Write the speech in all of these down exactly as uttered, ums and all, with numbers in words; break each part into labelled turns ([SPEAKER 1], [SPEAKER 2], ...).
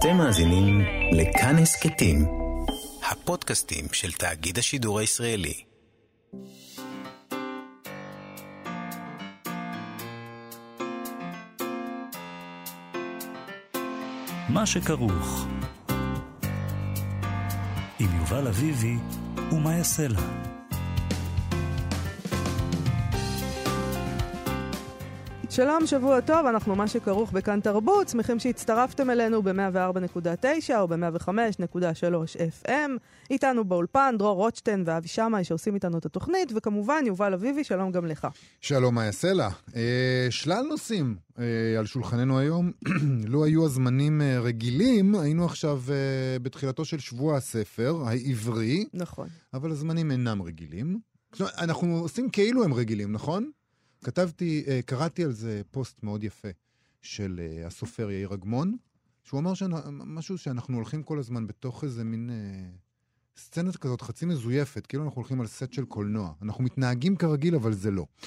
[SPEAKER 1] אתם מאזינים לכאן הסכתים, הפודקאסטים של תאגיד השידור הישראלי.
[SPEAKER 2] מה שכרוך עם יובל אביבי ומה יעשה לה.
[SPEAKER 3] שלום, שבוע טוב, אנחנו מה שכרוך בכאן תרבות, שמחים שהצטרפתם אלינו ב-מאה וארבע נקודה תשע או ב-מאה וחמש נקודה שלוש אף אם. איתנו באולפן דרור רוטשטיין ואבי שמאי שעושים איתנו את התוכנית, וכמובן יובל אביבי, שלום גם לך.
[SPEAKER 4] שלום, מה יעשה לה? אה, שלל נושאים אה, על שולחננו היום. לא היו הזמנים אה, רגילים, היינו עכשיו אה, בתחילתו של שבוע הספר העברי.
[SPEAKER 3] נכון.
[SPEAKER 4] אבל הזמנים אינם רגילים. אנחנו עושים כאילו הם רגילים, נכון? כתבתי, קראתי על זה פוסט מאוד יפה של הסופר יאיר אגמון, שהוא אמר משהו שאנחנו הולכים כל הזמן בתוך איזה מין סצנת כזאת חצי מזויפת, כאילו אנחנו הולכים על סט של קולנוע. אנחנו מתנהגים כרגיל, אבל זה לא.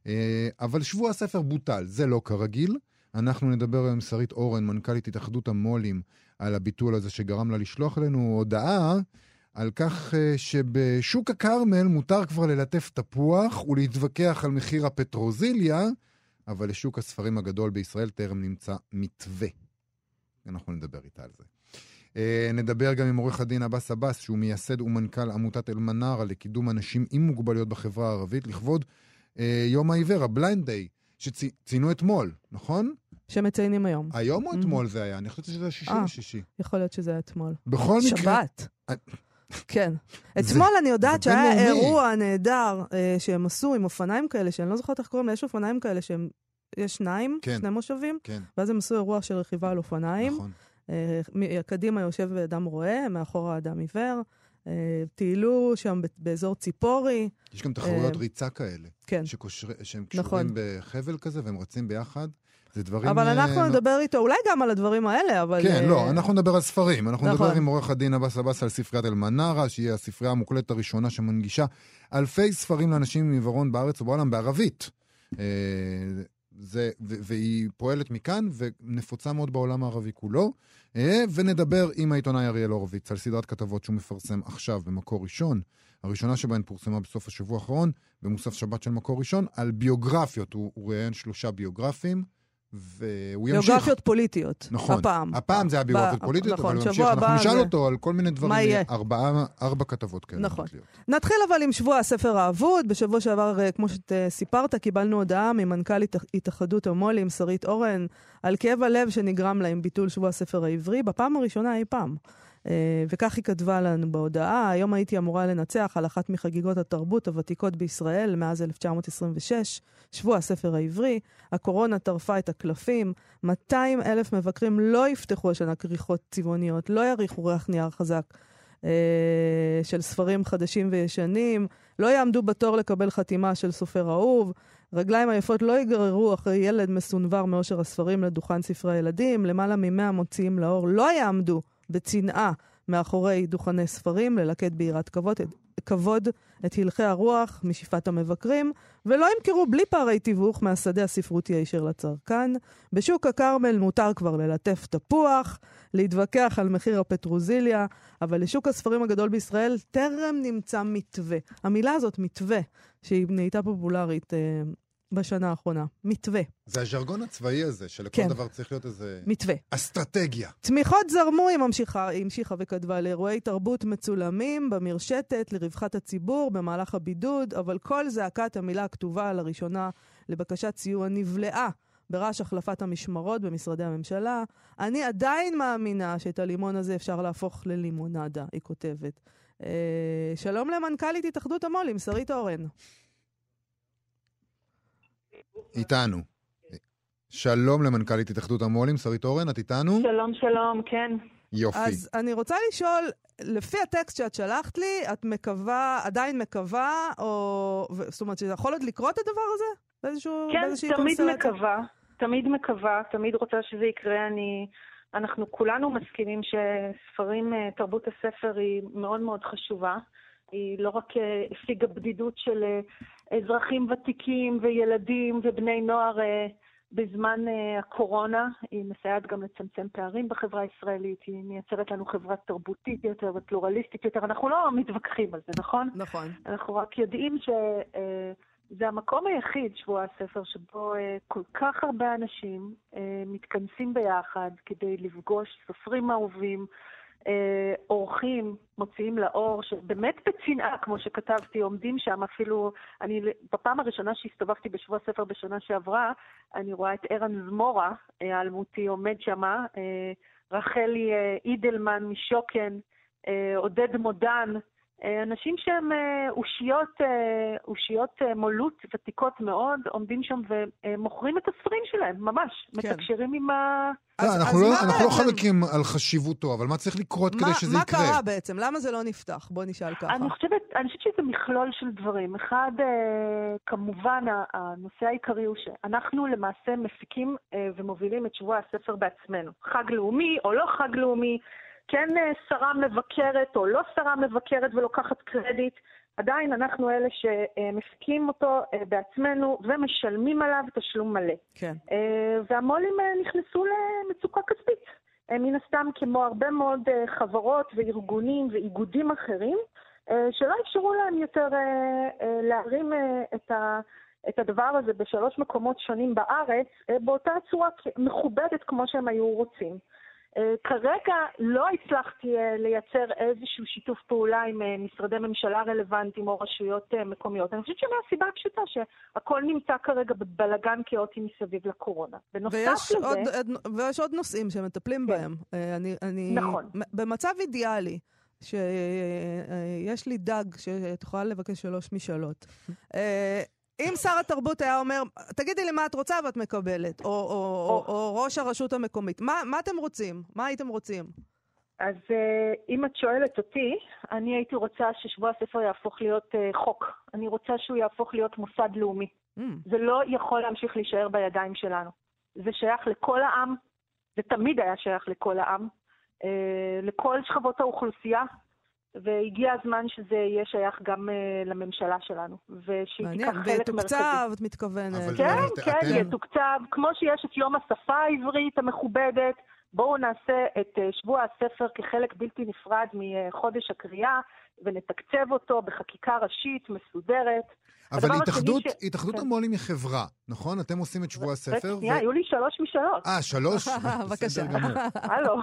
[SPEAKER 4] אבל שבוע הספר בוטל, זה לא כרגיל. אנחנו נדבר עם שרית אורן, מנכ"לית התאחדות המולים, על הביטול הזה שגרם לה לשלוח לנו הודעה, על כך שבשוק הכרמל מותר כבר ללטף תפוח ולהתווכח על מחיר הפטרוזיליה, אבל לשוק הספרים הגדול בישראל טרם נמצא מתווה. אנחנו נדבר איתה על זה. נדבר גם עם עורך הדין אבס אבס, שהוא מייסד ומנכ"ל עמותת אלמנרה לקידום אנשים עם מוגבלויות בחברה הערבית, לכבוד יום העיוור, הבליינד דיי, שציינו אתמול, נכון?
[SPEAKER 3] שמציינים היום.
[SPEAKER 4] היום או אתמול זה היה? אני חושבת שזה שישי לשישי.
[SPEAKER 3] יכול להיות שזה אתמול.
[SPEAKER 4] בכל מקרה...
[SPEAKER 3] שבת. כן. אתמול אני יודעת שהיה אירוע נהדר שהם עשו עם אופניים כאלה, שאני לא זוכרת איך קוראים, יש אופניים כאלה שהם, יש שניים, שני מושבים, ואז הם עשו אירוע של רכיבה על אופניים. קדימה יושב אדם רואה, מאחורה אדם עיוור, טיילו שם באזור ציפורי. יש גם תחרויות ריצה כאלה, שהם קשורים בחבל כזה, והם רצים ביחד. אבל אנחנו נדבר איתו, אולי גם על הדברים האלה, אבל...
[SPEAKER 4] כן, לא, אנחנו נדבר על ספרים. אנחנו נדבר עם עורך הדין אבס אבס על ספריית אלמנרה, שהיא הספרייה המוקלטת הראשונה שמנגישה אלפי ספרים לאנשים עם עיוורון בארץ ובעולם בערבית. והיא פועלת מכאן ונפוצה מאוד בעולם הערבי כולו. ונדבר עם העיתונאי אריאל הורוביץ על סדרת כתבות שהוא מפרסם עכשיו במקור ראשון. הראשונה שבהן פורסמה בסוף השבוע האחרון, במוסף שבת של מקור ראשון, על ביוגרפיות. הוא ראיין שלושה ביוגרפים. והוא ימשיך.
[SPEAKER 3] ביוגרפיות פוליטיות,
[SPEAKER 4] נכון.
[SPEAKER 3] הפעם.
[SPEAKER 4] הפעם זה היה ביוגרפיות ב... פוליטיות, נכון, אבל הוא ימשיך. אנחנו נשאל זה... אותו על כל מיני דברים, ארבע, ארבע כתבות כאלה.
[SPEAKER 3] נכון. נתחיל אבל עם שבוע הספר האבוד. בשבוע שעבר, כמו שסיפרת, קיבלנו הודעה ממנכ"ל התאחדות המולים, שרית אורן, על כאב הלב שנגרם לה עם ביטול שבוע הספר העברי, בפעם הראשונה אי פעם. וכך היא כתבה לנו בהודעה: היום הייתי אמורה לנצח על אחת מחגיגות התרבות הוותיקות בישראל מאז אלף תשע מאות עשרים ושש, שבוע הספר העברי. הקורונה טרפה את הקלפים, מאתיים אלף מבקרים לא יפתחו השנה כריכות צבעוניות, לא יריחו ריח נייר חזק אה, של ספרים חדשים וישנים, לא יעמדו בתור לקבל חתימה של סופר אהוב, רגליים היפות לא יגררו אחרי ילד מסונבר מאושר הספרים לדוכן ספרי ילדים, למעלה ממאה מוציאים לאור לא יעמדו בצנעה מאחורי דוכני ספרים, ללקט בירת כבוד, כבוד את הלכי הרוח משפעת המבקרים, ולא ימכרו בלי פערי תיווך מהשדה הספרותי הישר לצרכן. בשוק הכרמל מותר כבר ללטף תפוח, להתווכח על מחיר הפטרוזיליה, אבל לשוק הספרים הגדול בישראל טרם נמצא מתווה. המילה הזאת מתווה, שהיא נהייתה פופולרית אה, בשנה האחרונה. מתווה.
[SPEAKER 4] זה הז'רגון הצבאי הזה, שלכל כן. דבר צריך להיות איזה...
[SPEAKER 3] מתווה.
[SPEAKER 4] אסטרטגיה.
[SPEAKER 3] תמיכות זרמו, היא ממשיכה, היא המשיכה וכתבה, לאירועי תרבות מצולמים, במרשתת, לרווחת הציבור, במהלך הבידוד, אבל כל זעקת המילה הכתובה לראשונה לבקשת סיוע נבלעה ברעש החלפת המשמרות במשרדי הממשלה. אני עדיין מאמינה שאת הלימון הזה אפשר להפוך ללימונדה, היא כותבת. אה, שלום למנכ"לית התאחדות המולים, שרית אורן.
[SPEAKER 4] איתנו. שלום למנכ"לית התאחדות המולים, שרית אורן, את איתנו?
[SPEAKER 5] שלום, שלום, כן.
[SPEAKER 4] יופי.
[SPEAKER 3] אז אני רוצה לשאול, לפי הטקסט שאת שלחת לי, את מקווה, עדיין מקווה, או, זאת אומרת, שיכול עוד לקרות את הדבר הזה? באיזשהו,
[SPEAKER 5] כן,
[SPEAKER 3] באיזושהי
[SPEAKER 5] תמיד
[SPEAKER 3] קונסטלציה?
[SPEAKER 5] מקווה, תמיד מקווה, תמיד רוצה שזה יקרה. אני, אנחנו כולנו מסכימים שספרים, תרבות הספר היא מאוד מאוד חשובה. היא לא רק השיגה בדידות של אזרחים ותיקים וילדים ובני נוער בזמן uh, הקורונה, היא מסייעת גם לצמצם פערים בחברה הישראלית, היא מייצרת לנו חברה תרבותית יותר ופלורליסטית יותר, אנחנו לא מתווכחים על זה, נכון?
[SPEAKER 3] נכון.
[SPEAKER 5] אנחנו רק יודעים שזה uh, המקום היחיד, שבוע הספר, שבו uh, כל כך הרבה אנשים uh, מתכנסים ביחד כדי לפגוש סופרים אהובים, אה, אורחים מוציאים לאור, שבאמת בצנעה, כמו שכתבתי, עומדים שם אפילו, אני בפעם הראשונה שהסתובבתי בשבוע ספר בשנה שעברה, אני רואה את ערן זמורה, האלמותי, עומד שם, אה, רחלי אה, אידלמן משוקן, אה, עודד מודן, אה, אנשים שהם אה, אושיות, אה, אושיות אה, מולות ותיקות מאוד, עומדים שם ומוכרים את הספרים שלהם, ממש, כן. מתקשרים עם ה...
[SPEAKER 4] אנחנו לא חלקים על חשיבותו, אבל מה צריך לקרות כדי שזה יקרה?
[SPEAKER 3] מה קרה בעצם? למה זה לא נפתח? בוא נשאל ככה.
[SPEAKER 5] אני חושבת שזה מכלול של דברים. אחד, כמובן, הנושא העיקרי הוא שאנחנו למעשה מפיקים ומובילים את שבוע הספר בעצמנו. חג לאומי או לא חג לאומי, כן שרה מבקרת או לא שרה מבקרת ולוקחת קרדיט, עדיין אנחנו אלה שמפיקים אותו בעצמנו ומשלמים עליו תשלום מלא. כן. והמולים נכנסו למצוקה כספית. מן הסתם כמו הרבה מאוד חברות וארגונים ואיגודים אחרים, שלא אפשרו להם יותר להרים את ה... את הדבר הזה בשלוש מקומות שונים בארץ, באותה צורה מכובדת כמו שהם היו רוצים. כרגע לא הצלחתי לייצר איזשהו שיתוף פעולה עם משרדי ממשלה רלוונטיים או רשויות מקומיות. אני חושבת שמהסיבה הפשוטה שהכל נמצא כרגע בבלגן כאוטי מסביב לקורונה.
[SPEAKER 3] ויש לזה, עוד, ויש עוד נושאים שמטפלים כן. בהם. אני, אני,
[SPEAKER 5] נכון.
[SPEAKER 3] במצב אידיאלי, שיש לי דג שאת יכולה לבקש שלוש משאלות. אם שר התרבות היה אומר, תגידי לי מה את רוצה ואת מקבלת, או, או, או, או, או ראש הרשות המקומית, מה, מה אתם רוצים? מה הייתם רוצים?
[SPEAKER 5] אז אם את שואלת אותי, אני הייתי רוצה ששבוע הספר יהפוך להיות חוק. אני רוצה שהוא יהפוך להיות מוסד לאומי. Mm. זה לא יכול להמשיך להישאר בידיים שלנו. זה שייך לכל העם, זה תמיד היה שייך לכל העם, לכל שכבות האוכלוסייה, והגיע הזמן שזה יהיה שייך גם uh, לממשלה שלנו, ושהיא תיקח חלק מרכזי.
[SPEAKER 3] ויתוקצב, את מתכוונת.
[SPEAKER 5] כן,
[SPEAKER 4] את,
[SPEAKER 5] כן,
[SPEAKER 4] אתם...
[SPEAKER 5] יתוקצב. כמו שיש את יום השפה העברית המכובדת, בואו נעשה את uh, שבוע הספר כחלק בלתי נפרד מחודש הקריאה, ונתקצב אותו בחקיקה ראשית, מסודרת.
[SPEAKER 4] אבל התאחדות, ש... התאחדות כן. המו"לים היא חברה, נכון? אתם עושים את שבוע הספר.
[SPEAKER 5] שנייה, ו... היו לי שלוש משאלות.
[SPEAKER 4] אה, שלוש?
[SPEAKER 3] בבקשה.
[SPEAKER 5] הלו.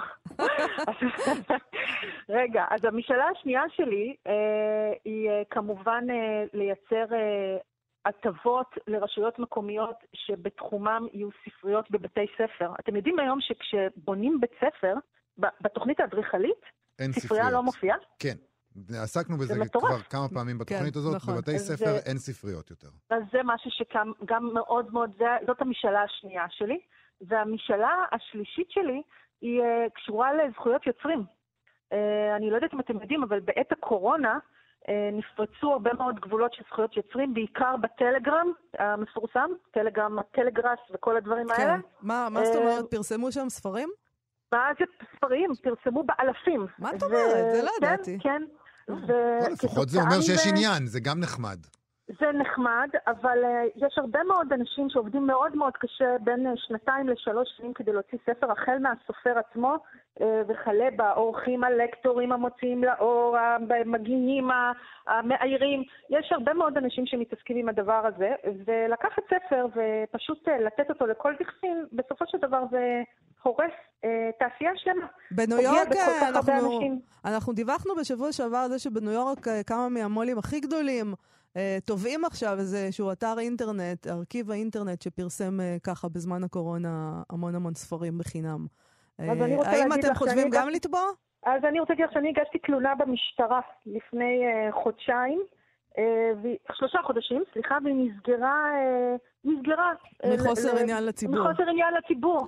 [SPEAKER 5] רגע, אז המשאלה השנייה שלי אה, היא אה, כמובן אה, לייצר אה, הטבות לרשויות מקומיות שבתחומם יהיו ספריות בבתי ספר. אתם יודעים היום שכשבונים בית ספר, בתוכנית האדריכלית, ספרייה לא מופיעה?
[SPEAKER 4] כן. עסקנו בזה כבר כמה פעמים בתוכנית הזאת, בבתי ספר אין ספריות יותר.
[SPEAKER 5] אז זה משהו שגם מאוד מאוד, זאת המשאלה השנייה שלי, והמשאלה השלישית שלי היא קשורה לזכויות יוצרים. אני לא יודעת אם אתם יודעים, אבל בעת הקורונה נפרצו הרבה מאוד גבולות של זכויות יוצרים, בעיקר בטלגרם המפורסם, טלגרם, הטלגרס וכל הדברים האלה.
[SPEAKER 3] מה זאת אומרת? פרסמו שם ספרים?
[SPEAKER 5] מה זה ספרים? פרסמו באלפים.
[SPEAKER 3] מה את אומרת? זה לא ידעתי.
[SPEAKER 5] כן, כן.
[SPEAKER 4] לפחות זה אומר שיש עניין, זה גם נחמד.
[SPEAKER 5] זה נחמד, אבל יש הרבה מאוד אנשים שעובדים מאוד מאוד קשה בין שנתיים לשלוש שנים כדי להוציא ספר, החל מהסופר עצמו, וכלה באורחים הלקטורים המוציאים לאור, המגיעים, המאיירים. יש הרבה מאוד אנשים שמתעסקים עם הדבר הזה, ולקחת ספר ופשוט לתת אותו לכל דכפין, בסופו של דבר זה הורס תעשייה שלמה.
[SPEAKER 3] בניו יורק אנחנו, אנחנו דיווחנו בשבוע שעבר על זה שבניו יורק כמה מהמולים הכי גדולים תובעים עכשיו איזשהו אתר אינטרנט, ארכיב האינטרנט שפרסם ככה בזמן הקורונה המון המון ספרים בחינם. האם אתם חושבים גם לתבוע?
[SPEAKER 5] אז אני רוצה להגיד לך שאני הגשתי תלונה במשטרה לפני חודשיים, שלושה חודשים, סליחה, והיא נסגרה, נסגרה.
[SPEAKER 3] מחוסר עניין לציבור.
[SPEAKER 5] מחוסר עניין לציבור.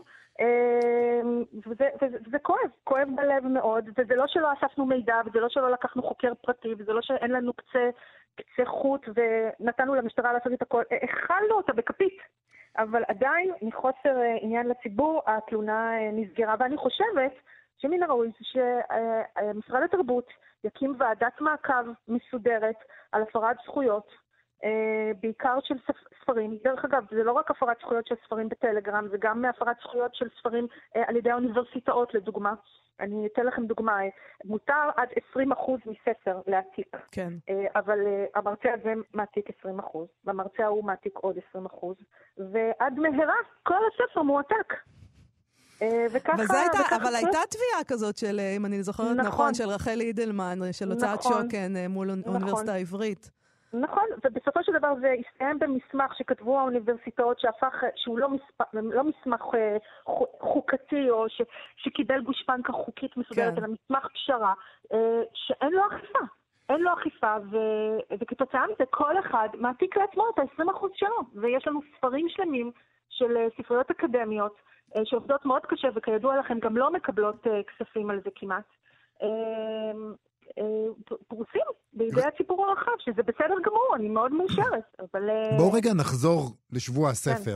[SPEAKER 5] וזה, וזה, וזה כואב, כואב בלב מאוד, וזה לא שלא אספנו מידע, וזה לא שלא לקחנו חוקר פרטי, וזה לא שאין לנו קצה, קצה חוט, ונתנו למשטרה לעשות את הכל, הכלנו אותה בכפית, אבל עדיין מחוסר עניין לציבור התלונה נסגרה, ואני חושבת שמן הראוי שמשרד התרבות יקים ועדת מעקב מסודרת על הפרת זכויות, בעיקר של ספרים, דרך אגב, זה לא רק הפרת זכויות של ספרים בטלגרם, זה גם הפרת זכויות של ספרים אה, על ידי האוניברסיטאות, לדוגמה. אני אתן לכם דוגמה, מותר עד עשרים אחוז מספר להעתיק.
[SPEAKER 3] כן.
[SPEAKER 5] אה, אבל אה, המרצה הזה מעתיק עשרים אחוז, והמרצה ההוא מעתיק עוד עשרים אחוז, ועד מהרה כל הספר מועתק. וככה,
[SPEAKER 3] אבל, הייתה,
[SPEAKER 5] וככה
[SPEAKER 3] אבל הייתה תביעה כזאת של, אם אני זוכרת נכון, נכון של רחלי אידלמן, של הוצאת נכון, שוקן מול נכון, האוניברסיטה העברית.
[SPEAKER 5] נכון, ובסופו של דבר זה הסתיים במסמך שכתבו האוניברסיטאות שהפך, שהוא לא, מספ... לא מסמך חוקתי או ש... שקיבל גושפנקה חוקית מסודרת, כן. אלא מסמך פשרה, שאין לו אכיפה. אין לו אכיפה, ו... וכתוצאה מזה כל אחד מעתיק לעצמו את ה-עשרים אחוז שלו, ויש לנו ספרים שלמים של ספריות אקדמיות, שעובדות מאוד קשה, וכידוע לכם גם לא מקבלות כספים על זה כמעט, פרוסים בידי הציבור הרחב, שזה בסדר גמור, אני מאוד מאושרת. אבל...
[SPEAKER 4] בואו רגע נחזור לשבוע הספר.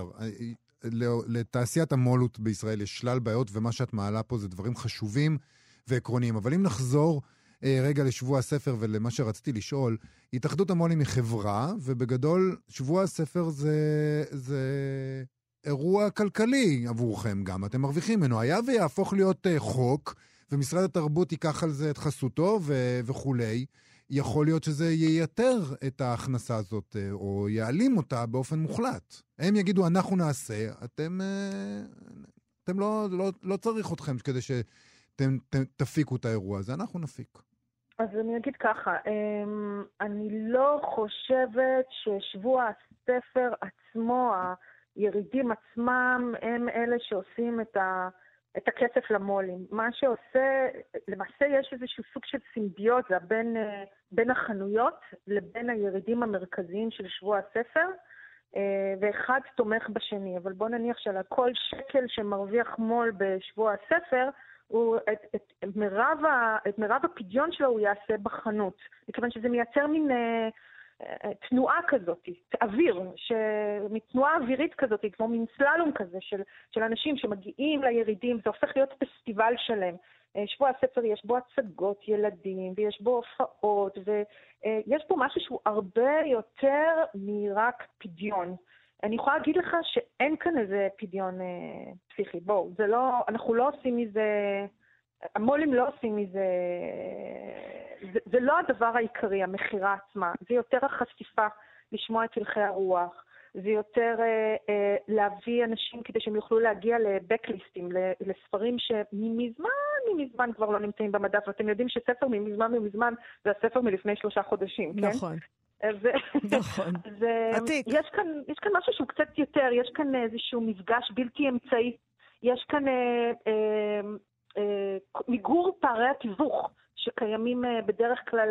[SPEAKER 4] לתעשיית המו"לות בישראל יש שלל בעיות, ומה שאת מעלה פה זה דברים חשובים ועקרוניים. אבל אם נחזור רגע לשבוע הספר ולמה שרציתי לשאול, התאחדות המו"לים היא חברה, ובגדול שבוע הספר זה... זה... אירוע כלכלי עבורכם גם, אתם מרוויחים ממנו. היה ויהפוך להיות uh, חוק, ומשרד התרבות ייקח על זה את חסותו ו- וכולי, יכול להיות שזה ייתר את ההכנסה הזאת, uh, או יעלים אותה באופן מוחלט. הם יגידו, אנחנו נעשה, אתם, uh, אתם לא, לא, לא צריך אתכם כדי שאתם ת, תפיקו את האירוע הזה, אנחנו נפיק.
[SPEAKER 5] אז אני אגיד ככה, אני לא חושבת ששבוע הספר עצמו, ירידים עצמם הם אלה שעושים את, ה, את הכסף למולים. מה שעושה, למעשה יש איזשהו סוג של סימביוזה בין, בין החנויות לבין הירידים המרכזיים של שבוע הספר, ואחד תומך בשני. אבל בוא נניח שעל כל שקל שמרוויח מול בשבוע הספר, הוא, את, את, את, מרב ה, את מרב הפדיון שלו הוא יעשה בחנות. מכיוון שזה מייצר מין... תנועה כזאת, אוויר, מתנועה אווירית כזאת, כמו מין סללום כזה של, של אנשים שמגיעים לירידים, זה הופך להיות פסטיבל שלם. שבוע הספר יש בו הצגות ילדים, ויש בו הופעות, ויש בו משהו שהוא הרבה יותר מרק פדיון. אני יכולה להגיד לך שאין כאן איזה פדיון אה, פסיכי, בואו, זה לא, אנחנו לא עושים מזה... המולים לא עושים מזה, זה, זה לא הדבר העיקרי, המחירה עצמה, זה יותר החשיפה לשמוע את הלכי הרוח, זה יותר אה, אה, להביא אנשים כדי שהם יוכלו להגיע לבקליסטים, לספרים שממזמן, ממזמן כבר לא נמצאים במדף, ואתם יודעים שספר ממזמן ממזמן זה הספר מלפני שלושה חודשים, כן?
[SPEAKER 3] נכון.
[SPEAKER 5] זה,
[SPEAKER 3] נכון.
[SPEAKER 5] זה,
[SPEAKER 3] עתיק.
[SPEAKER 5] יש כאן, יש כאן משהו שהוא קצת יותר, יש כאן איזשהו מפגש בלתי אמצעי, יש כאן... אה, אה, מיגור פערי התיווך שקיימים בדרך כלל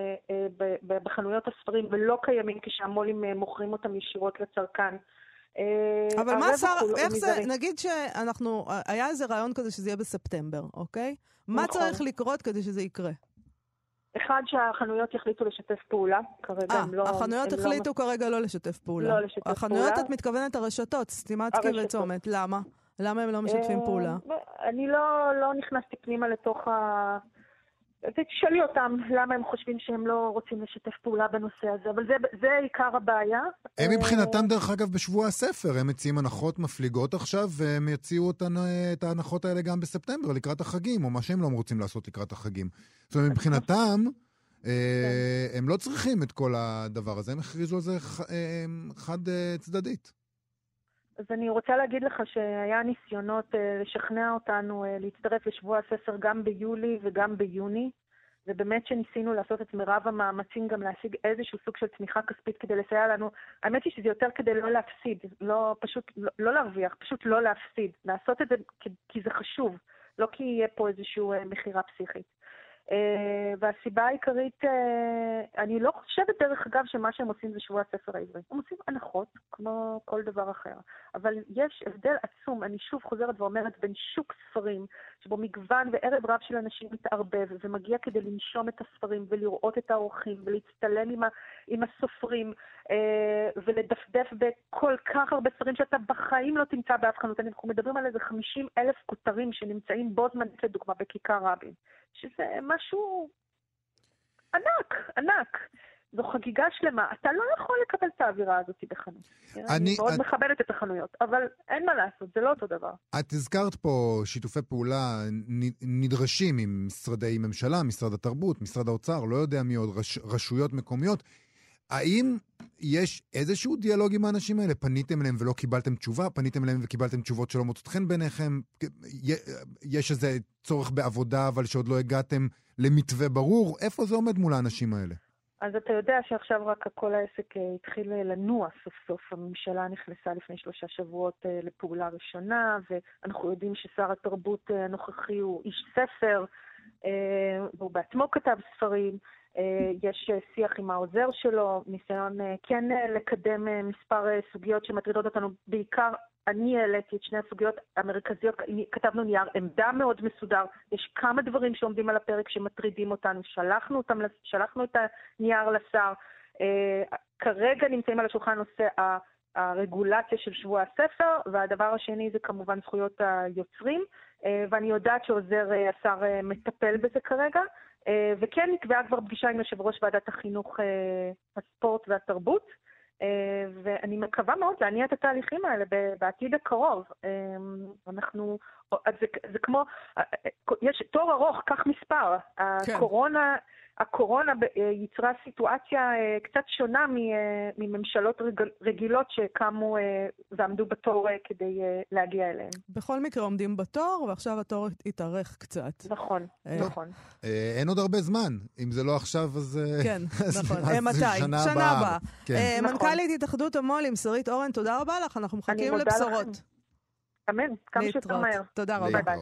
[SPEAKER 5] בחנויות הספרים ולא קיימים כשהמולים מוכרים אותם ישירות לצרכן.
[SPEAKER 3] אבל מה שר, איך זה, נגיד שאנחנו, היה איזה רעיון כזה שזה יהיה בספטמבר, אוקיי? מה צריך לקרות כדי שזה יקרה?
[SPEAKER 5] אחד, שהחנויות יחליטו לשתף פעולה, כרגע הם לא...
[SPEAKER 3] החנויות החליטו כרגע לא לשתף פעולה.
[SPEAKER 5] לא לשתף פעולה.
[SPEAKER 3] החנויות, את מתכוונת הרשתות, סטימצקי וצומת, למה? למה הם לא משתפים פעולה?
[SPEAKER 5] אני לא, לא נכנסתי פנימה לתוך ה... תשאלי אותם למה הם חושבים שהם לא רוצים לשתף פעולה בנושא הזה, אבל זה, זה עיקר הבעיה.
[SPEAKER 4] הם מבחינתם דרך אגב בשבוע הספר, הם מציעים הנחות מפליגות עכשיו, והם יציעו אותן, את ההנחות האלה גם בספטמבר, לקראת החגים, או מה שהם לא רוצים לעשות לקראת החגים. זאת אומרת, מבחינתם, הם לא צריכים את כל הדבר הזה, הם הכריזו על זה חד צדדית.
[SPEAKER 5] אז אני רוצה להגיד לך שהיה ניסיונות uh, לשכנע אותנו uh, להצטרף לשבוע הספר גם ביולי וגם ביוני, ובאמת שניסינו לעשות את מרב המאמצים גם להשיג איזשהו סוג של תמיכה כספית כדי לסייע לנו. האמת היא שזה יותר כדי לא להפסיד, לא, פשוט לא, לא להרוויח, פשוט לא להפסיד. לעשות את זה כי, כי זה חשוב, לא כי יהיה פה איזשהו uh, מחירה פסיכית. Uh, והסיבה העיקרית, uh, אני לא חושבת דרך אגב שמה שהם עושים זה שבוע הספר העברי. הם עושים הנחות כמו כל דבר אחר. אבל יש הבדל עצום, אני שוב חוזרת ואומרת, בין שוק ספרים, שבו מגוון וערב רב של אנשים מתערבב, ומגיע כדי לנשום את הספרים ולראות את האורחים, ולהצטלם עם, ה, עם הסופרים, uh, ולדפדף בכל כך הרבה ספרים שאתה בחיים לא תמצא באף חנות. אנחנו מדברים על איזה חמישים אלף כותרים שנמצאים בו זמנית לדוגמה בכיכר רבין. שזה משהו ענק, ענק. זו חגיגה שלמה. אתה לא יכול לקבל את האווירה הזאת בחנות. אני, אני מאוד את... מכבדת את החנויות, אבל אין מה לעשות, זה לא אותו דבר.
[SPEAKER 4] את הזכרת פה שיתופי פעולה נדרשים עם משרדי ממשלה, משרד התרבות, משרד האוצר, לא יודע מי עוד, רש... רשויות מקומיות. האם יש איזשהו דיאלוג עם האנשים האלה? פניתם אליהם ולא קיבלתם תשובה? פניתם אליהם וקיבלתם תשובות שלא מוצאות חן ביניכם? יש איזה צורך בעבודה, אבל שעוד לא הגעתם למתווה ברור? איפה זה עומד מול האנשים האלה?
[SPEAKER 5] אז אתה יודע שעכשיו רק כל העסק התחיל לנוע סוף סוף. הממשלה נכנסה לפני שלושה שבועות לפעולה ראשונה, ואנחנו יודעים ששר התרבות הנוכחי הוא איש ספר, והוא בעצמו כתב ספרים. יש שיח עם העוזר שלו, ניסיון כן לקדם מספר סוגיות שמטרידות אותנו. בעיקר אני העליתי את שני הסוגיות המרכזיות, כתבנו נייר עמדה מאוד מסודר, יש כמה דברים שעומדים על הפרק שמטרידים אותנו, שלחנו אותם, שלחנו את הנייר לשר. כרגע נמצאים על השולחן נושא הרגולציה של שבוע הספר, והדבר השני זה כמובן זכויות היוצרים, ואני יודעת שעוזר השר מטפל בזה כרגע. וכן נקבעה כבר פגישה עם יושב ראש ועדת החינוך, הספורט והתרבות, ואני מקווה מאוד להניע את התהליכים האלה בעתיד הקרוב. אנחנו, זה, זה כמו, יש תור ארוך, כך מספר. כן. הקורונה, הקורונה יצרה סיטואציה קצת שונה מממשלות רגילות שקמו ועמדו בתור כדי להגיע אליהן.
[SPEAKER 3] בכל מקרה עומדים בתור, ועכשיו התור יתארך קצת.
[SPEAKER 5] נכון, נכון.
[SPEAKER 4] אין עוד הרבה זמן. אם זה לא עכשיו, אז...
[SPEAKER 3] כן, נכון. מתי? שנה הבאה. מנכ"לית התאחדות המו"לים, שרית אורן, תודה רבה לך. אנחנו מחכים לבשורות.
[SPEAKER 5] אמן, כמה שיותר מהר.
[SPEAKER 3] תודה רבה.
[SPEAKER 5] ביי.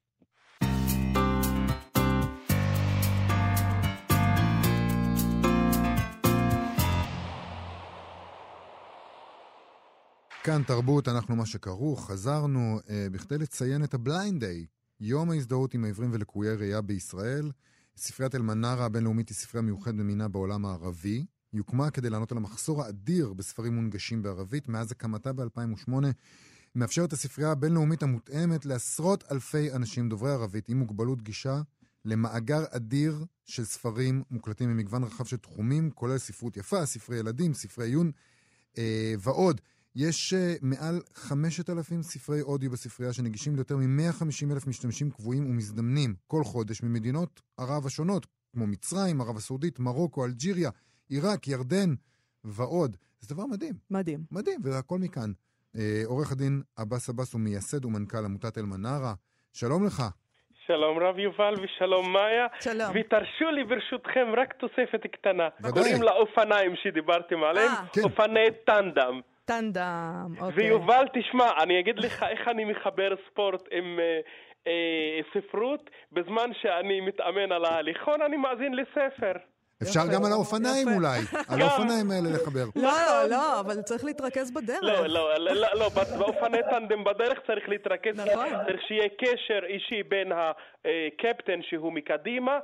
[SPEAKER 4] כאן תרבות, אנחנו מה שכרוך, חזרנו אה, בכדי לציין את הבליינד דיי, יום ההזדהות עם העיוורים ולקויי ראייה בישראל. ספריית אלמנארה הבינלאומית היא ספרייה מיוחדת במינה בעולם הערבי. היא הוקמה כדי לענות על המחסור האדיר בספרים מונגשים בערבית. מאז הקמתה ב-אלפיים ושמונה מאפשרת הספרייה הבינלאומית המותאמת לעשרות אלפי אנשים דוברי ערבית עם מוגבלות גישה למאגר אדיר של ספרים מוקלטים במגוון רחב של תחומים, כולל ספרות יפה, ספרי ילדים, ספרי עיון אה, ועוד. יש uh, מעל חמשת אלפים ספרי אודיו בספרייה שנגישים ליותר מ-מאה וחמישים אלף משתמשים קבועים ומזדמנים כל חודש ממדינות ערב השונות, כמו מצרים, ערב הסעודית, מרוקו, אלג'יריה, עיראק, ירדן ועוד. זה דבר מדהים.
[SPEAKER 3] מדהים.
[SPEAKER 4] מדהים, והכל מכאן. Uh, עורך הדין אבס אבס הוא מייסד ומנכ"ל עמותת אלמנארה. שלום לך.
[SPEAKER 6] שלום רב יובל ושלום מאיה.
[SPEAKER 3] שלום.
[SPEAKER 6] ותרשו לי ברשותכם רק תוספת קטנה.
[SPEAKER 4] ודאי.
[SPEAKER 6] קוראים לאופניים שדיברתם עליהם,
[SPEAKER 3] כן.
[SPEAKER 6] אופני טנדם.
[SPEAKER 3] טנדם, אוקיי.
[SPEAKER 6] ויובל, תשמע, אני אגיד לך איך אני מחבר ספורט עם אה, אה, ספרות, בזמן שאני מתאמן על ההליכון, אני מאזין לספר.
[SPEAKER 4] אפשר גם על האופניים אולי, על האופניים האלה לחבר.
[SPEAKER 3] לא, לא, לא, אבל צריך להתרכז בדרך.
[SPEAKER 6] לא, לא, לא, לא, באופני טנדם בדרך צריך להתרכז,
[SPEAKER 3] נכון.
[SPEAKER 6] צריך שיהיה קשר אישי בין הקפטן שהוא מקדימה,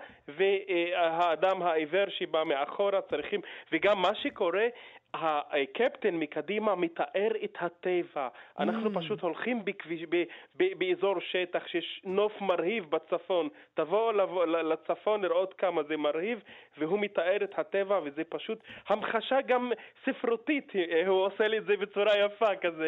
[SPEAKER 6] והאדם העיוור שבא מאחורה צריכים, וגם מה שקורה, הקפטן מקדימה מתאר את הטבע. אנחנו mm. פשוט הולכים בכביש, ב, ב, באזור שטח שיש נוף מרהיב בצפון. תבואו לצפון לראות כמה זה מרהיב, והוא מתאר את הטבע, וזה פשוט המחשה גם ספרותית. הוא עושה לי את זה בצורה יפה כזה.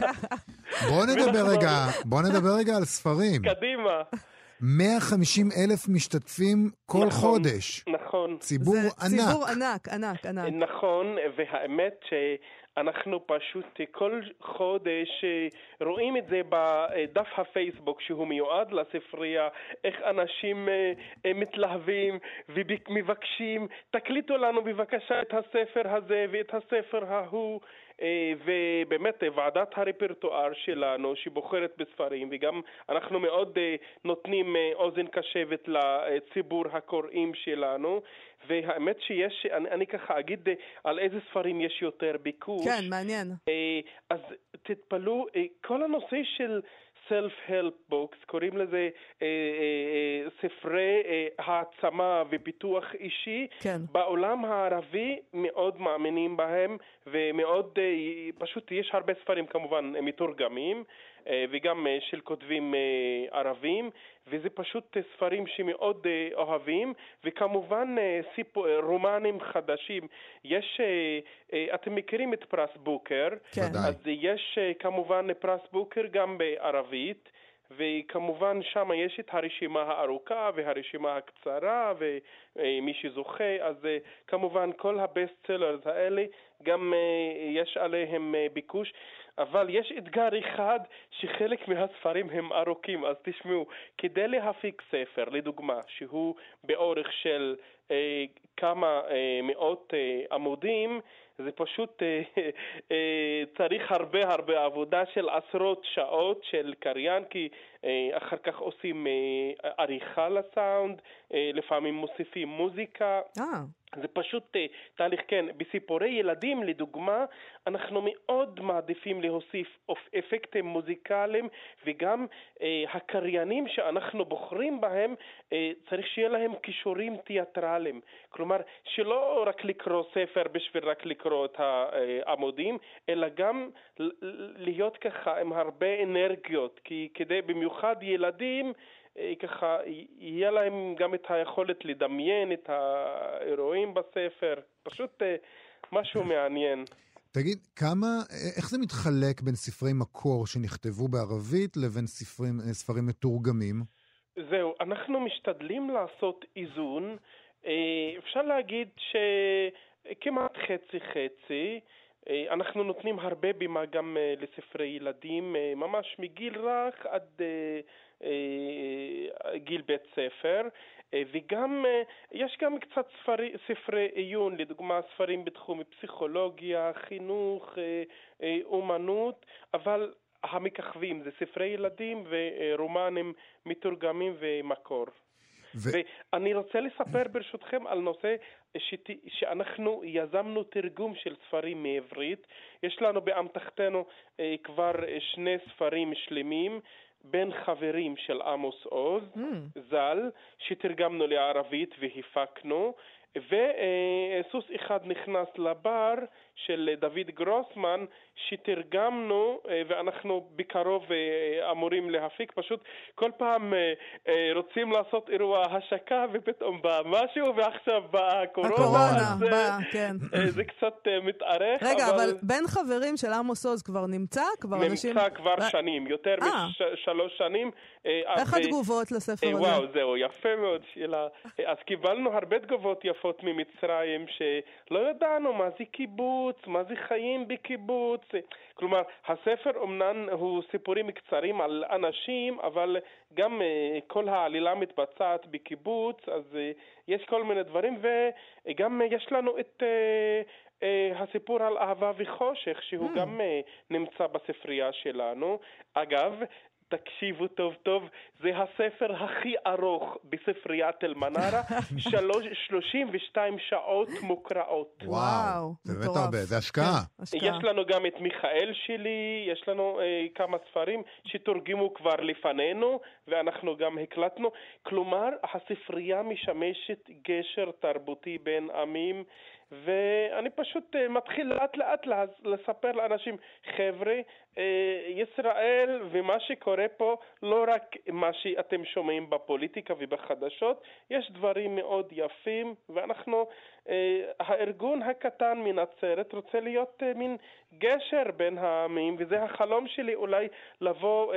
[SPEAKER 4] בוא נדבר רגע, בוא נדבר רגע על ספרים.
[SPEAKER 6] קדימה.
[SPEAKER 4] מאה וחמישים אלף משתתפים כל
[SPEAKER 6] נכון,
[SPEAKER 4] חודש.
[SPEAKER 6] נכון.
[SPEAKER 4] ציבור
[SPEAKER 3] זה
[SPEAKER 4] ענק.
[SPEAKER 3] ציבור ענק, ענק, ענק.
[SPEAKER 6] נכון, והאמת שאנחנו פשוט כל חודש רואים את זה בדף הפייסבוק שהוא מיועד לספרייה, איך אנשים מתלהבים ומבקשים, תקליטו לנו בבקשה את הספר הזה ואת הספר ההוא. ובאמת ועדת הרפרטואר שלנו שבוחרת בספרים, וגם אנחנו מאוד נותנים אוזן קשבת לציבור הקוראים שלנו, והאמת שיש, אני, אני ככה אגיד על איזה ספרים יש יותר ביקוש.
[SPEAKER 3] כן, מעניין.
[SPEAKER 6] אז תתפלו, כל הנושא של self-help books, קוראים לזה אה, אה, ספרי אה, העצמה ופיתוח אישי,
[SPEAKER 3] כן.
[SPEAKER 6] בעולם הערבי מאוד מאמינים בהם, ומאוד אה, פשוט יש הרבה ספרים כמובן מתורגמים, וגם של כותבים ערבים, וזה פשוט ספרים שמאוד אוהבים, וכמובן רומנים חדשים. יש, אתם מכירים את פרס בוקר,
[SPEAKER 3] כן.
[SPEAKER 6] אז יש כמובן פרס בוקר גם בערבית, וכמובן שם יש את הרשימה הארוכה והרשימה הקצרה, ומי שזוכה, אז כמובן כל הבסט סלרס האלה, גם יש עליהם ביקוש, אבל יש אתגר אחד שחלק מהספרים הם ארוכים, אז תשמעו, כדי להפיק ספר, לדוגמה, שהוא באורך של אה, כמה אה, מאות אה, עמודים, זה פשוט אה, אה, צריך הרבה הרבה עבודה של עשרות שעות של קריין, כי אה, אחר כך עושים אה, עריכה לסאונד, אה, לפעמים מוסיפים מוזיקה.
[SPEAKER 3] אה.
[SPEAKER 6] זה פשוט תהליך, כן. בסיפורי ילדים, לדוגמה, אנחנו מאוד מעדיפים להוסיף אפקטים מוזיקליים, וגם אה, הקריינים שאנחנו בוחרים בהם, אה, צריך שיהיה להם קישורים תיאטרליים. כלומר, שלא רק לקרוא ספר בשביל רק לקרוא את העמודים, אלא גם להיות ככה עם הרבה אנרגיות, כי כדי במיוחד ילדים, ככה יהיה להם גם את היכולת לדמיין את האירועים בספר. פשוט משהו מעניין.
[SPEAKER 4] תגיד, כמה, איך זה מתחלק בין ספרי מקור שנכתבו בערבית לבין ספרים, ספרים מתורגמים?
[SPEAKER 6] זהו, אנחנו משתדלים לעשות איזון. אפשר להגיד שכמעט חצי חצי. אנחנו נותנים הרבה בימה גם לספרי ילדים, ממש מגיל רך עד גיל בית ספר, וגם יש גם קצת ספרי, ספרי עיון, לדוגמה ספרים בתחום פסיכולוגיה, חינוך, אומנות, אבל המככבים זה ספרי ילדים ורומנים מתורגמים ומקור. ו... ואני רוצה לספר ברשותכם על נושא שת... שאנחנו יזמנו תרגום של ספרים מעברית. יש לנו באמתחתנו אה, כבר שני ספרים שלמים, בין חברים של עמוס עוז, mm. זל, שתרגמנו לערבית והפקנו, וסוס אחד נכנס לבר של דוד גרוסמן שתרגמנו, ואנחנו בקרוב אמורים להפיק. פשוט כל פעם רוצים לעשות אירוע השקה ופתאום בא משהו, ועכשיו באה הקורונה.
[SPEAKER 3] הקורונה, באה, כן.
[SPEAKER 6] זה קצת מתארך.
[SPEAKER 3] רגע, אבל... אבל בין חברים של עמוס עוז כבר נמצא? כבר
[SPEAKER 6] נמצא
[SPEAKER 3] אנשים...
[SPEAKER 6] כבר שנים, יותר משלוש שנים.
[SPEAKER 3] איך התגובות לספר הזה?
[SPEAKER 6] וואו, זהו, יפה מאוד שאלה. אז קיבלנו הרבה תגובות יפות ממצרים, שלא ידענו מה זה קיבוץ, מה זה חיים בקיבוץ. כלומר, הספר אומנם הוא סיפורים קצרים על אנשים, אבל גם כל העלילה מתבצעת בקיבוץ, אז יש כל מיני דברים, וגם יש לנו את הסיפור על אהבה וחושך, שהוא mm. גם נמצא בספרייה שלנו. אגב, תקשיבו טוב טוב, זה הספר הכי ארוך בספריית אל-מנרה, שלושים ושתיים שעות מוקראות.
[SPEAKER 4] וואו, זה באמת הרבה, זה השקעה.
[SPEAKER 6] יש לנו גם את מיכאל שלי, יש לנו אה, כמה ספרים שתורגמו כבר לפנינו, ואנחנו גם הקלטנו. כלומר, הספרייה משמשת גשר תרבותי בין עמים, ואני פשוט מתחיל לאט לאט לספר לאנשים, חבר'ה, ישראל ומה שקורה פה, לא רק מה שאתם שומעים בפוליטיקה ובחדשות, יש דברים מאוד יפים, ואנחנו, הארגון הקטן מנצרת רוצה להיות מין גשר בין העמים, וזה החלום שלי אולי לבוא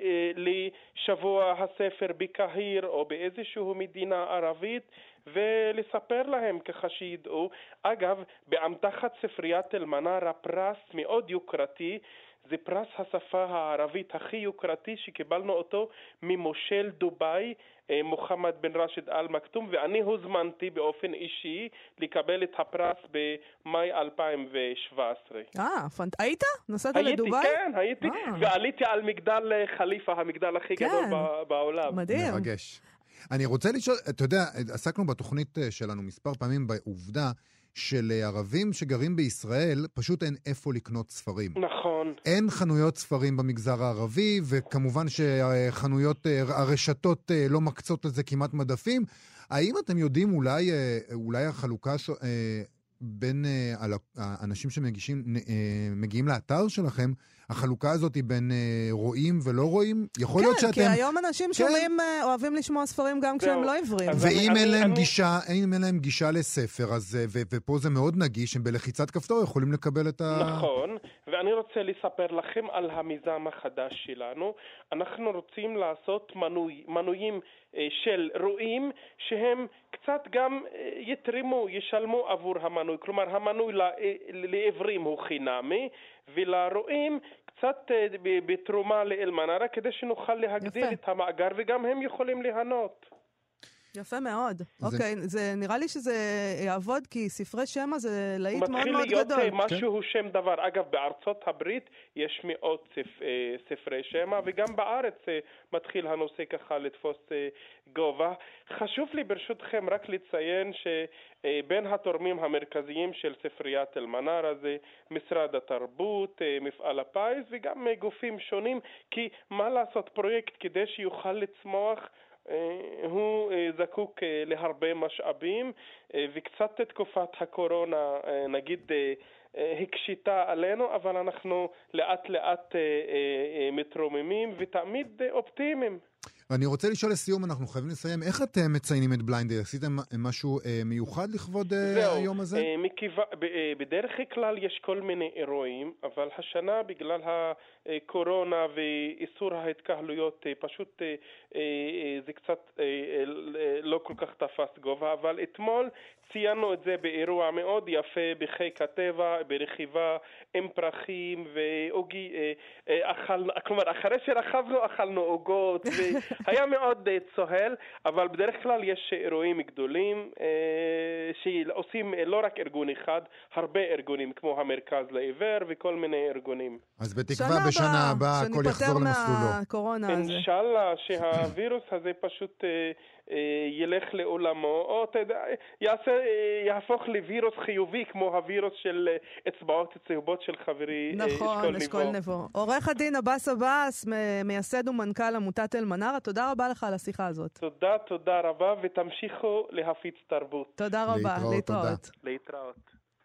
[SPEAKER 6] לשבוע הספר בקהיר או באיזשהו מדינה ערבית, ולספר להם ככה שידעו. אגב, באמתחת ספריית אל-מנרה פרס מאוד יוקרתי, זה פרס השפה הערבית הכי יוקרתי שקיבלנו אותו ממושל דוביי, מוחמד בן רשד אל מקטום, ואני הוזמנתי באופן אישי לקבל את הפרס במאי אלפיים שבע עשרה.
[SPEAKER 3] אה, פנט... היית? נסעת לדוביי?
[SPEAKER 6] כן, הייתי, ועליתי על מגדל חליפה, המגדל הכי גדול בעולם.
[SPEAKER 3] מדהים.
[SPEAKER 4] מרגש. אני רוצה לשאול, אתה יודע, עסקנו בתוכנית שלנו מספר פעמים בעובדה של ערבים שגרים בישראל, פשוט אין איפה לקנות ספרים.
[SPEAKER 6] נכון.
[SPEAKER 4] אין חנויות ספרים במגזר הערבי, וכמובן שחנויות, הרשתות לא מקצות לזה כמעט מדפים. האם אתם יודעים אולי, אולי החלוקה בין uh, על האנשים שמגיעים uh, לאתר שלכם, החלוקה הזאת היא בין uh, רואים ולא רואים? יכול
[SPEAKER 3] כן,
[SPEAKER 4] להיות שאתם...
[SPEAKER 3] כי היום אנשים כן. שומעים, uh, אוהבים לשמוע ספרים גם כשהם לא עיוורים.
[SPEAKER 4] ואם
[SPEAKER 6] אני,
[SPEAKER 4] אין
[SPEAKER 6] אני,
[SPEAKER 4] להם
[SPEAKER 6] אני...
[SPEAKER 4] גישה, אין להם גישה לספר, אז, ו, ופה זה מאוד נגיש, הם בלחיצת כפתור יכולים לקבל את ה...
[SPEAKER 6] נכון, ואני רוצה לספר לכם על המיזם החדש שלנו. אנחנו רוצים לעשות מנוי, מנויים של רואים שהם קצת גם יתרימו, ישלמו עבור המנוי. כלומר, המנוי לעברים הוא חינמי, ולרואים קצת בתרומה לאלמנרה, כדי שנוכל להגדיל יפה. את המאגר, וגם הם יכולים ליהנות.
[SPEAKER 3] יפה מאוד. זה... אוקיי, זה נראה לי שזה יעבוד, כי ספרי שמע זה להיט מאוד מאוד גדול.
[SPEAKER 6] מתחיל להיות משהו כן. שם דבר. אגב, בארצות הברית יש מאות ספ... ספרי שמע, וגם בארץ מתחיל הנושא ככה לתפוס גובה. חשוב לי ברשותכם רק לציין שבין התורמים המרכזיים של ספריית אלמנרה זה משרד התרבות, מפעל הפיס, וגם גופים שונים, כי מה לעשות פרויקט כדי שיוכל לצמוח, הוא זקוק להרבה משאבים, וקצת תקופת הקורונה נגיד הקשיתה עלינו, אבל אנחנו לאט לאט מתרוממים ותמיד אופטימיים.
[SPEAKER 4] ואני רוצה לשאול לסיום, אנחנו חייבים לסיים, איך אתם מציינים את בליינד דיי? עשיתם משהו מיוחד לכבוד היום הזה?
[SPEAKER 6] בדרך כלל יש כל מיני אירועים, אבל השנה בגלל הקורונה ואיסור ההתקהלויות, פשוט זה קצת לא כל כך תפס גובה, אבל אתמול ציינו את זה באירוע מאוד יפה בחיק הטבע, ברכיבה עם פרחים ואוגי, אכלנו, כלומר אחרי שרכבנו אכלנו אוגות והיה מאוד צוהל, אבל בדרך כלל יש אירועים גדולים שעושים לא רק ארגון אחד, הרבה ארגונים כמו המרכז לעיוור וכל מיני ארגונים.
[SPEAKER 4] אז בתקווה בשנה הבאה הכל יחזור למסלולו.
[SPEAKER 6] אינשאללה שהווירוס הזה פשוט ילך לעולמו, או יעשה, יהפוך לווירוס חיובי, כמו הווירוס של אצבעות צהובות של חברי
[SPEAKER 3] נכון, אשכול נבו. עורך הדין עבאס עבאס, מייסד ומנכ"ל עמותת אלמנרה, תודה רבה לך על השיחה הזאת.
[SPEAKER 6] תודה, תודה רבה, ותמשיכו להפיץ תרבות.
[SPEAKER 3] תודה רבה, להתראות.
[SPEAKER 6] להתראות.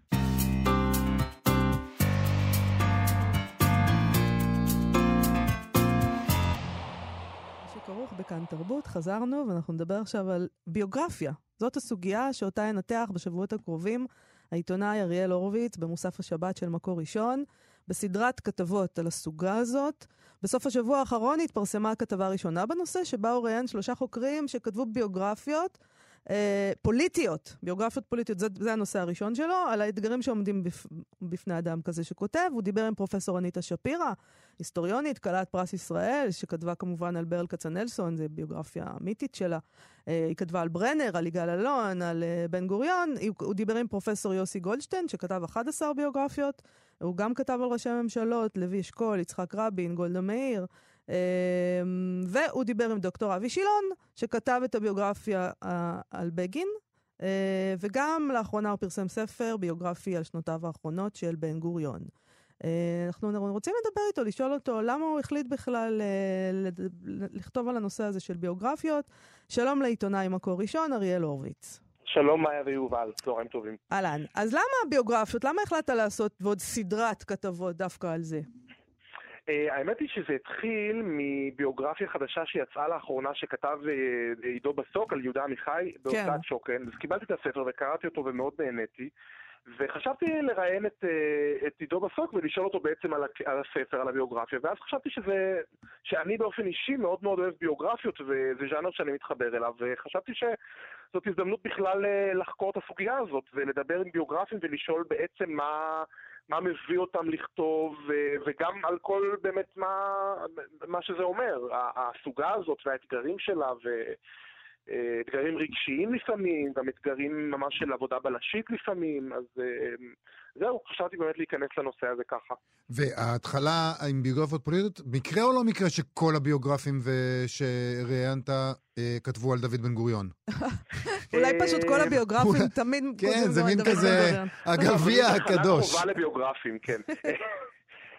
[SPEAKER 3] כרוך בכאן תרבות, חזרנו ואנחנו נדבר עכשיו על ביוגרפיה. זאת הסוגיה שאותה ינתח בשבועות הקרובים העיתונאי אריאל הורוביץ במוסף השבת של מקור ראשון, בסדרת כתבות על הסוגה הזאת. בסוף השבוע האחרון התפרסמה הכתבה הראשונה בנושא, שבה הוא ראיין שלושה חוקרים שכתבו ביוגרפיות אה, פוליטיות, ביוגרפיות פוליטיות, זה, זה הנושא הראשון שלו, על האתגרים שעומדים בפ, בפני אדם כזה שכותב. הוא דיבר עם פרופסור אניטה שפירא, היסטוריונית, כלת פרס ישראל, שכתבה כמובן על ברל כצנלסון, זה ביוגרפיה מיתית שלה. אה, היא כתבה על ברנר, על יגאל אלון, על אה, בן גוריון. הוא, הוא דיבר עם פרופסור יוסי גולדשטיין, שכתב אחת עשרה ביוגרפיות. הוא גם כתב על ראשי ממשלות, לוי אשכול, יצחק רבין, גולדה מאיר. והוא דיבר עם דוקטור אבי שילון, שכתב את הביוגרפיה על בגין, וגם לאחרונה הוא פרסם ספר ביוגרפי על שנותיו האחרונות של בן גוריון. אנחנו רוצים לדבר איתו, לשאול אותו למה הוא החליט בכלל לכתוב על הנושא הזה של ביוגרפיות. שלום לעיתונאי מקור ראשון, אריאל הורוביץ.
[SPEAKER 7] שלום מאיה ויובל, צהריים טובים.
[SPEAKER 3] אהלן, אז למה הביוגרפיות? למה החלטת לעשות ועוד סדרת כתבות דווקא על זה?
[SPEAKER 7] האמת היא שזה התחיל מביוגרפיה חדשה שיצאה לאחרונה שכתב עידו בסוק על יהודה עמיחי בהוצאת שוקן. אז קיבלתי את הספר וקראתי אותו ומאוד נהניתי, וחשבתי לראיין את, את עידו בסוק ולשאול אותו בעצם על, על הספר, על הביוגרפיה, ואז חשבתי שזה, שאני באופן אישי מאוד מאוד אוהב ביוגרפיות, וזה ז'אנר שאני מתחבר אליו, וחשבתי שזאת הזדמנות בכלל לחקור את הסוגיה הזאת ולדבר עם ביוגרפים ולשאול בעצם מה... מה מביא אותם לכתוב, וגם על כל באמת מה, מה שזה אומר, הסוגה הזאת והאתגרים שלה, ואתגרים רגשיים לפעמים, גם אתגרים ממש של עבודה בלשית לפעמים, אז זהו, חשבתי באמת להיכנס לנושא הזה ככה.
[SPEAKER 4] וההתחלה עם ביוגרפיות פוליטיות, מקרה או לא מקרה שכל הביוגרפים שראיינת כתבו על דוד בן גוריון?
[SPEAKER 3] אולי פשוט כל הביוגרפים תמיד
[SPEAKER 4] כן, זה מין כזה הגביע הקדוש.
[SPEAKER 7] חובה לביוגרפים, כן.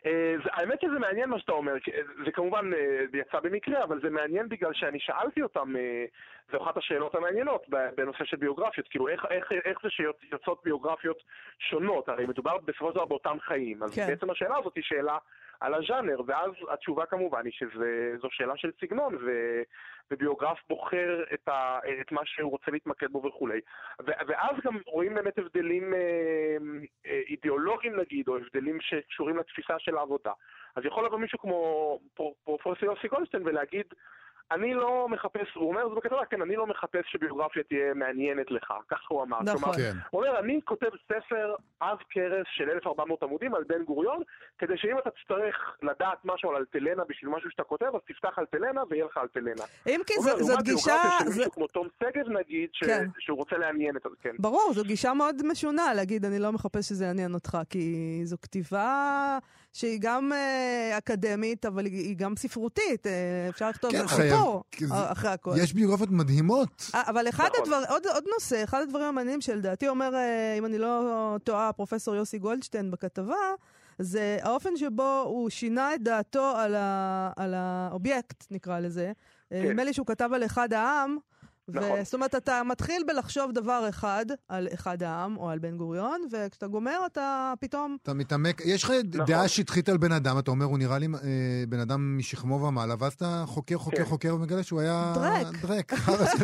[SPEAKER 7] האמת שזה מעניין מה שאתה אומר, זה כמובן יצא במקרה, אבל זה מעניין בגלל שאני שאלתי אותם, זו אחת השאלות המעניינות בנושא של ביוגרפיות, כאילו איך זה שיוצאות ביוגרפיות שונות, הרי מדובר בסופו של דבר באותם חיים, אז בעצם השאלה הזאת היא שאלה על הז'אנר, ואז התשובה כמובן היא שזו שאלה של סגנון, וביוגרף בוחר את, ה, את מה שהוא רוצה להתמקד בו וכו'. ואז גם רואים באמת הבדלים אידיאולוגיים נגיד, או הבדלים שקשורים לתפיסה של העבודה. אז יכול לבוא מישהו כמו פרופסור יוסי גולדשטיין ולהגיד, אני לא מחפש, הוא אומר, זה בכתבה, כן, אני לא מחפש שביוגרפיה תהיה מעניינת לך, כך הוא אמר.
[SPEAKER 3] נכון.
[SPEAKER 7] כלומר, כן. הוא אומר, אני כותב ספר עב כרס של אלף וארבע מאות עמודים על בן גוריון, כדי שאם אתה תצטרך לדעת משהו על אלטלנה בשביל משהו שאתה כותב, אז תפתח אלטלנה ויהיה לך אלטלנה.
[SPEAKER 3] אם כי זו, זאת גישה...
[SPEAKER 7] הוא אומר, לעומת מישהו כמו תום שגב נגיד, ש... כן. שהוא רוצה לעניין את זה, כן.
[SPEAKER 3] ברור, זו גישה מאוד משונה להגיד, אני לא מחפש שזה יעניין אותך, כי זו כתיבה... שהיא גם uh, אקדמית, אבל היא גם ספרותית. Uh, אפשר לכתוב
[SPEAKER 4] כן,
[SPEAKER 3] סיפור אחרי הכל.
[SPEAKER 4] יש ביוגרפיות מדהימות.
[SPEAKER 3] 아, אבל אחד הדבר, עוד, עוד נושא, אחד הדברים המעניינים שלדעתי אומר, uh, אם אני לא טועה, פרופסור יוסי גולדשטיין בכתבה, זה האופן שבו הוא שינה את דעתו על, ה, על האובייקט, נקרא לזה. כן. נדמה לי שהוא כתב על אחד העם, נכון. זאת אומרת, אתה מתחיל בלחשוב דבר אחד על אחד העם או על בן גוריון, וכשאתה גומר אתה פתאום...
[SPEAKER 4] אתה מתעמק, יש לך נכון. דעה שטחית על בן אדם, אתה אומר, הוא נראה לי אה, בן אדם משכמו ומעלה, ואז אתה חוקר, חוקר, כן. חוקר, ומגלה שהוא היה...
[SPEAKER 3] דרק.
[SPEAKER 4] דרק.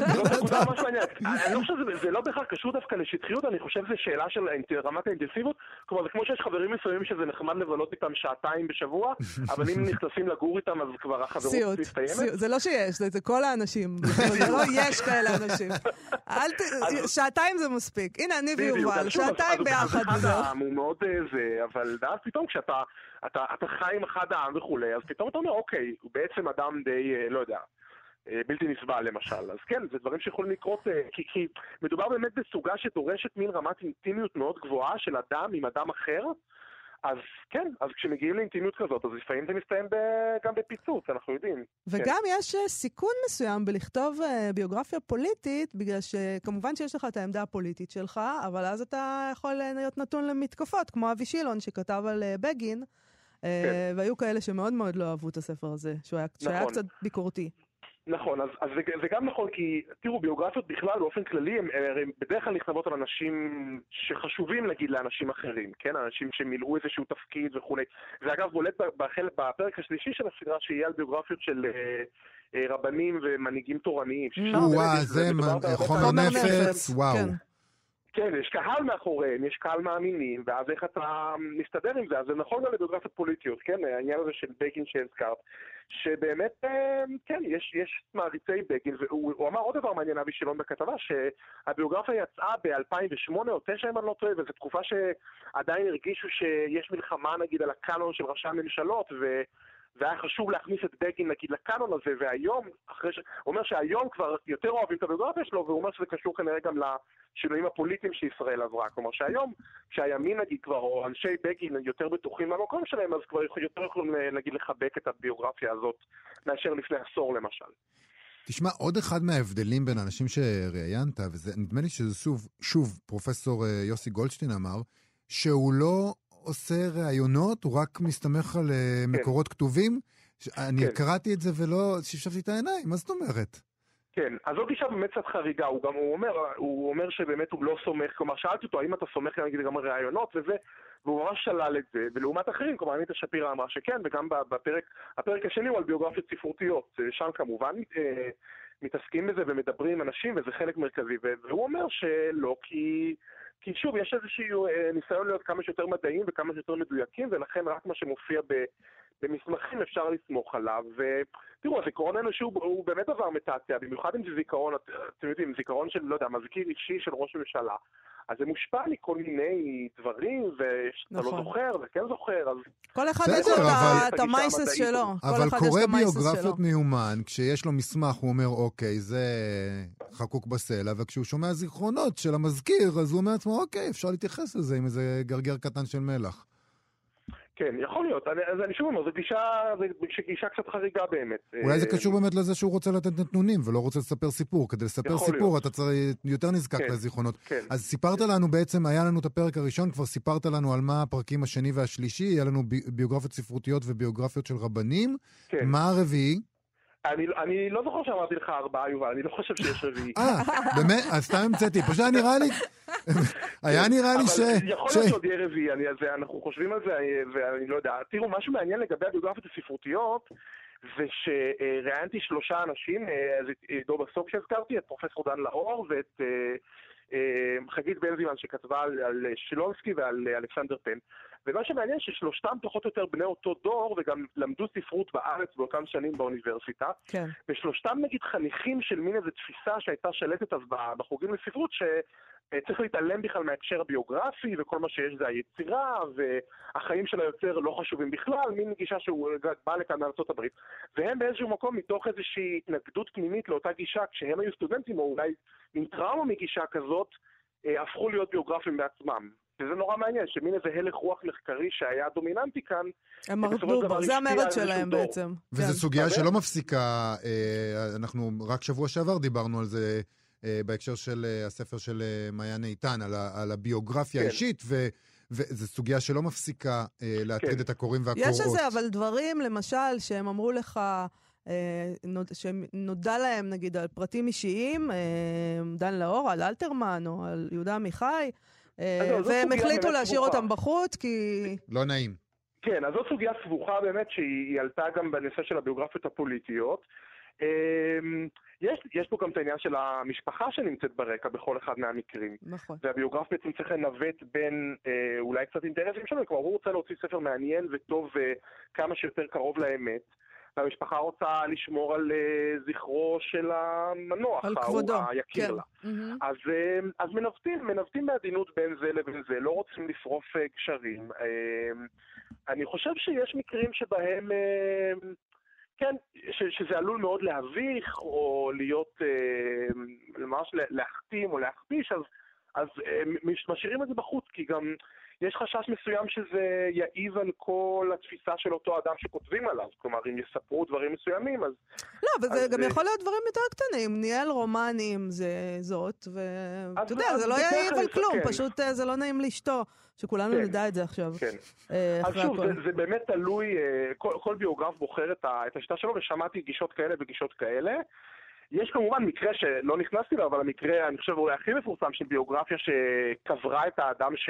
[SPEAKER 7] אני לא חושב שזה לא בכלל קשור דווקא לשטחיות, אני חושב שזה שאלה של רמת האינטנסיביות, כלומר, זה כמו שיש חברים מסוימים שזה נחמד לבלות איתם שעתיים בשבוע, אבל אם נכנסים לגור איתם, אז כבר החברות מסתיימת.
[SPEAKER 3] זה לא שיש, זה כל האנשים. זה לא יש כאלה אנשים. שעתיים זה מספיק. הנה, אני ויובל, שעתיים ביחד.
[SPEAKER 7] הוא מאוד זה, אבל אז פתאום כשאתה חי עם אחד העם וכולי, אז פתאום אתה אומר, אוקיי, הוא בעצם אדם די, לא יודע, בלתי נסבל למשל. אז כן, זה דברים שיכולים לקרות, כי מדובר באמת בסוגה שדורשת מין רמת אינטימיות מאוד גבוהה של אדם עם אדם אחר, אז כן, אז כשמגיעים לאינטימיות כזאת, אז לפעמים זה מסתיים גם בפיצוץ, אנחנו יודעים.
[SPEAKER 3] וגם יש סיכון מסוים בלכתוב ביוגרפיה פוליטית, בגלל שכמובן שיש לך את העמדה הפוליטית שלך, אבל אז אתה יכול להיות נתון למתקפות, כמו אבי שילון שכתב על בגין, והיו כאלה שמאוד מאוד לא אהבו את הספר הזה, שהיה קצת ביקורתי.
[SPEAKER 7] נכון, אז, אז זה, זה גם נכון, כי תראו, ביוגרפיות בכלל, באופן כללי, הם, הם בדרך כלל נכתבות על אנשים שחשובים, נגיד, לאנשים אחרים, כן? אנשים שמילאו איזשהו תפקיד וכו'. זה אגב בולט בחלק, בפרק השלישי של הסדרה, שיהיה על ביוגרפיות של אה, אה, רבנים ומנהיגים תורניים.
[SPEAKER 4] וואו, זה חומר נפץ, וואו. כן.
[SPEAKER 7] כן, יש קהל מאחוריהם, יש קהל מאמינים, ואז איך אתה מסתדר עם זה? אז זה נכון גם לביוגרפיות פוליטיות, כן? העניין הזה של בגין שהזכרת, שבאמת, כן, יש, יש מעריצי בגין, והוא אמר עוד דבר מעניין, אבי שילון בכתבה, שהביוגרפיה יצאה ב-אלפיים ושמונה או תשע, אם אני לא טועה, וזו תקופה שעדיין הרגישו שיש מלחמה, נגיד, על הקאנון של ראשי הממשלות, ו... והיה חשוב להכניס את בגין, נגיד, לקאנון הזה, והיום, אחרי ש... הוא אומר שהיום כבר יותר אוהבים את הביוגרפיה שלו, והוא אומר שזה קשור כנראה גם לשינויים הפוליטיים שישראל עברה. כלומר שהיום, כשהימין, נגיד, כבר, או אנשי בגין יותר בטוחים מהמקום שלהם, אז כבר יותר יכולים, נגיד, לחבק את הביוגרפיה הזאת, מאשר לפני עשור, למשל.
[SPEAKER 4] תשמע, עוד אחד מההבדלים בין האנשים שראיינת, ונדמה לי שזה שוב, שוב, פרופסור יוסי גולדשטיין אמר, שהוא לא עושה ראיונות, הוא רק מסתמך על כן. מקורות כתובים. אני כן. קראתי את זה ולא שפשפתי את העיניים, מה זאת אומרת?
[SPEAKER 7] כן, אז זאת גישה באמת קצת חריגה, הוא גם הוא אומר, הוא אומר שבאמת הוא לא סומך, כלומר שאלתי אותו, האם אתה סומך נגיד גם על ראיונות וזה, והוא ממש שלל את זה, ולעומת אחרים, כלומר אניטה שפירא אמרה שכן, וגם בפרק, הפרק השני הוא על ביוגרפיות ספרותיות, שם כמובן אה, מתעסקים בזה ומדברים עם אנשים, וזה חלק מרכזי, והוא אומר שלא, כי... כי שוב, יש איזשהו אה, ניסיון להיות כמה שיותר מדעיים וכמה שיותר מדויקים, ולכן רק מה שמופיע ב, במסמכים אפשר לסמוך עליו. ותראו, הזיכרון האנושי הוא, הוא באמת דבר מתעתע, במיוחד אם זה זיכרון, את, אתם יודעים, זיכרון של, לא יודע, מזכיר אישי של ראש הממשלה. אז זה מושפע מכל מיני דברים, ושאתה נכון. לא זוכר וכן זוכר. אז...
[SPEAKER 3] כל אחד יש לו את המייסס שלו.
[SPEAKER 4] אבל קורא ביוגרפיות מיומן, כשיש לו מסמך הוא אומר, אוקיי, זה חקוק בסלע, וכשהוא שומע זיכרונות של המזכיר, אז הוא אומר עצמו, אוקיי, אפשר להתייחס לזה עם איזה גרגר קטן של מלח.
[SPEAKER 7] כן, יכול להיות. אני, אז אני שוב אומר, זו גישה, זו גישה קצת חריגה באמת.
[SPEAKER 4] אולי זה קשור באמת לזה שהוא רוצה לתת נתונים ולא רוצה לספר סיפור. כדי לספר סיפור להיות. אתה צריך יותר נזקק כן, לזיכרונות. כן. אז סיפרת לנו בעצם, היה לנו את הפרק הראשון, כבר סיפרת לנו על מה הפרקים השני והשלישי, היה לנו ביוגרפיות ספרותיות וביוגרפיות של רבנים. כן. מה הרביעי?
[SPEAKER 7] אני, אני לא זוכר שאמרתי לך ארבעה, יובל, אני לא חושב שיש רביעי.
[SPEAKER 4] אה, באמת? אז סתם המצאתי. פשוט היה נראה לי... היה נראה לי ש...
[SPEAKER 7] אבל יכול להיות שעוד יהיה רביעי, אנחנו חושבים על זה, ואני לא יודע. תראו, משהו מעניין לגבי הביוגרפיות הספרותיות, זה שראיינתי שלושה אנשים, אז את עידו בסוק שהזכרתי, את פרופסור דן לאור, ואת חגית בנזימן שכתבה על שילונסקי ועל אלכסנדר פן. ומה שמעניין ששלושתם פחות או יותר בני אותו דור, וגם למדו ספרות בארץ באותן שנים באוניברסיטה. כן. ושלושתם נגיד חניכים של מין איזו תפיסה שהייתה שלטת אז בחוגים לספרות, שצריך להתעלם בכלל מההקשר הביוגרפי, וכל מה שיש זה היצירה, והחיים של היוצר לא חשובים בכלל, מין גישה שהוא בא לכאן מארצות הברית. והם באיזשהו מקום מתוך איזושהי התנגדות פנימית לאותה גישה, כשהם היו סטודנטים, או אולי עם טראומה מגישה כזאת, הפכו להיות ביוגרפים בעצמם. וזה נורא מעניין, שמין איזה הלך רוח מחקרי שהיה דומיננטי כאן,
[SPEAKER 3] הם מרדו בו, זה המרד שלהם בעצם.
[SPEAKER 4] וזו סוגיה שלא מפסיקה, אנחנו רק שבוע שעבר דיברנו על זה, בהקשר של הספר של מעיין איתן, על הביוגרפיה האישית, וזו סוגיה שלא מפסיקה להטריד את הקוראים והקוראות.
[SPEAKER 3] יש איזה, אבל דברים, למשל, שהם אמרו לך, שנודע להם, נגיד, על פרטים אישיים, דן לאור, על אלתרמן, או על יהודה עמיחי, והם החליטו להשאיר אותם בחוץ, כי...
[SPEAKER 4] לא נעים.
[SPEAKER 7] כן, אז זאת סוגיה סבוכה באמת, שהיא עלתה גם בנושא של הביוגרפיות הפוליטיות. יש, יש פה גם את העניין של המשפחה שנמצאת ברקע בכל אחד מהמקרים.
[SPEAKER 3] נכון.
[SPEAKER 7] והביוגרף בעצם צריך לנווט בין אה, אולי קצת אינטרסים שלנו, כלומר הוא רוצה להוציא ספר מעניין וטוב וכמה שיותר קרוב לאמת. והמשפחה רוצה לשמור על uh, זכרו של המנוח,
[SPEAKER 3] על כבודו,
[SPEAKER 7] היקיר
[SPEAKER 3] כן.
[SPEAKER 7] לה.
[SPEAKER 3] Mm-hmm.
[SPEAKER 7] אז, uh, אז מנווטים, מנווטים בעדינות בין זה לבין זה, לא רוצים לפרוף uh, קשרים. Uh, אני חושב שיש מקרים שבהם, uh, כן, ש, שזה עלול מאוד להביך, או להיות, uh, ממש להחתים או להכפיש, אז, אז uh, משאירים את זה בחוץ, כי גם... יש חשש מסוים שזה יעיב על כל התפיסה של אותו אדם שכותבים עליו. כלומר, אם יספרו דברים מסוימים, אז...
[SPEAKER 3] לא, אבל זה גם יכול להיות דברים יותר קטנים. ניהל רומנים זה זאת, ואתה יודע, זה לא יעיב על כלום, פשוט זה לא נעים לאשתו, שכולנו נדע את זה עכשיו.
[SPEAKER 7] כן. אז שוב, זה באמת תלוי, כל ביוגרף בוחר את השיטה שלו, ושמעתי גישות כאלה וגישות כאלה. יש כמובן מקרה שלא נכנסתי לו, אבל המקרה, אני חושב, הוא הכי מפורסם של ביוגרפיה שקברה את האדם ש...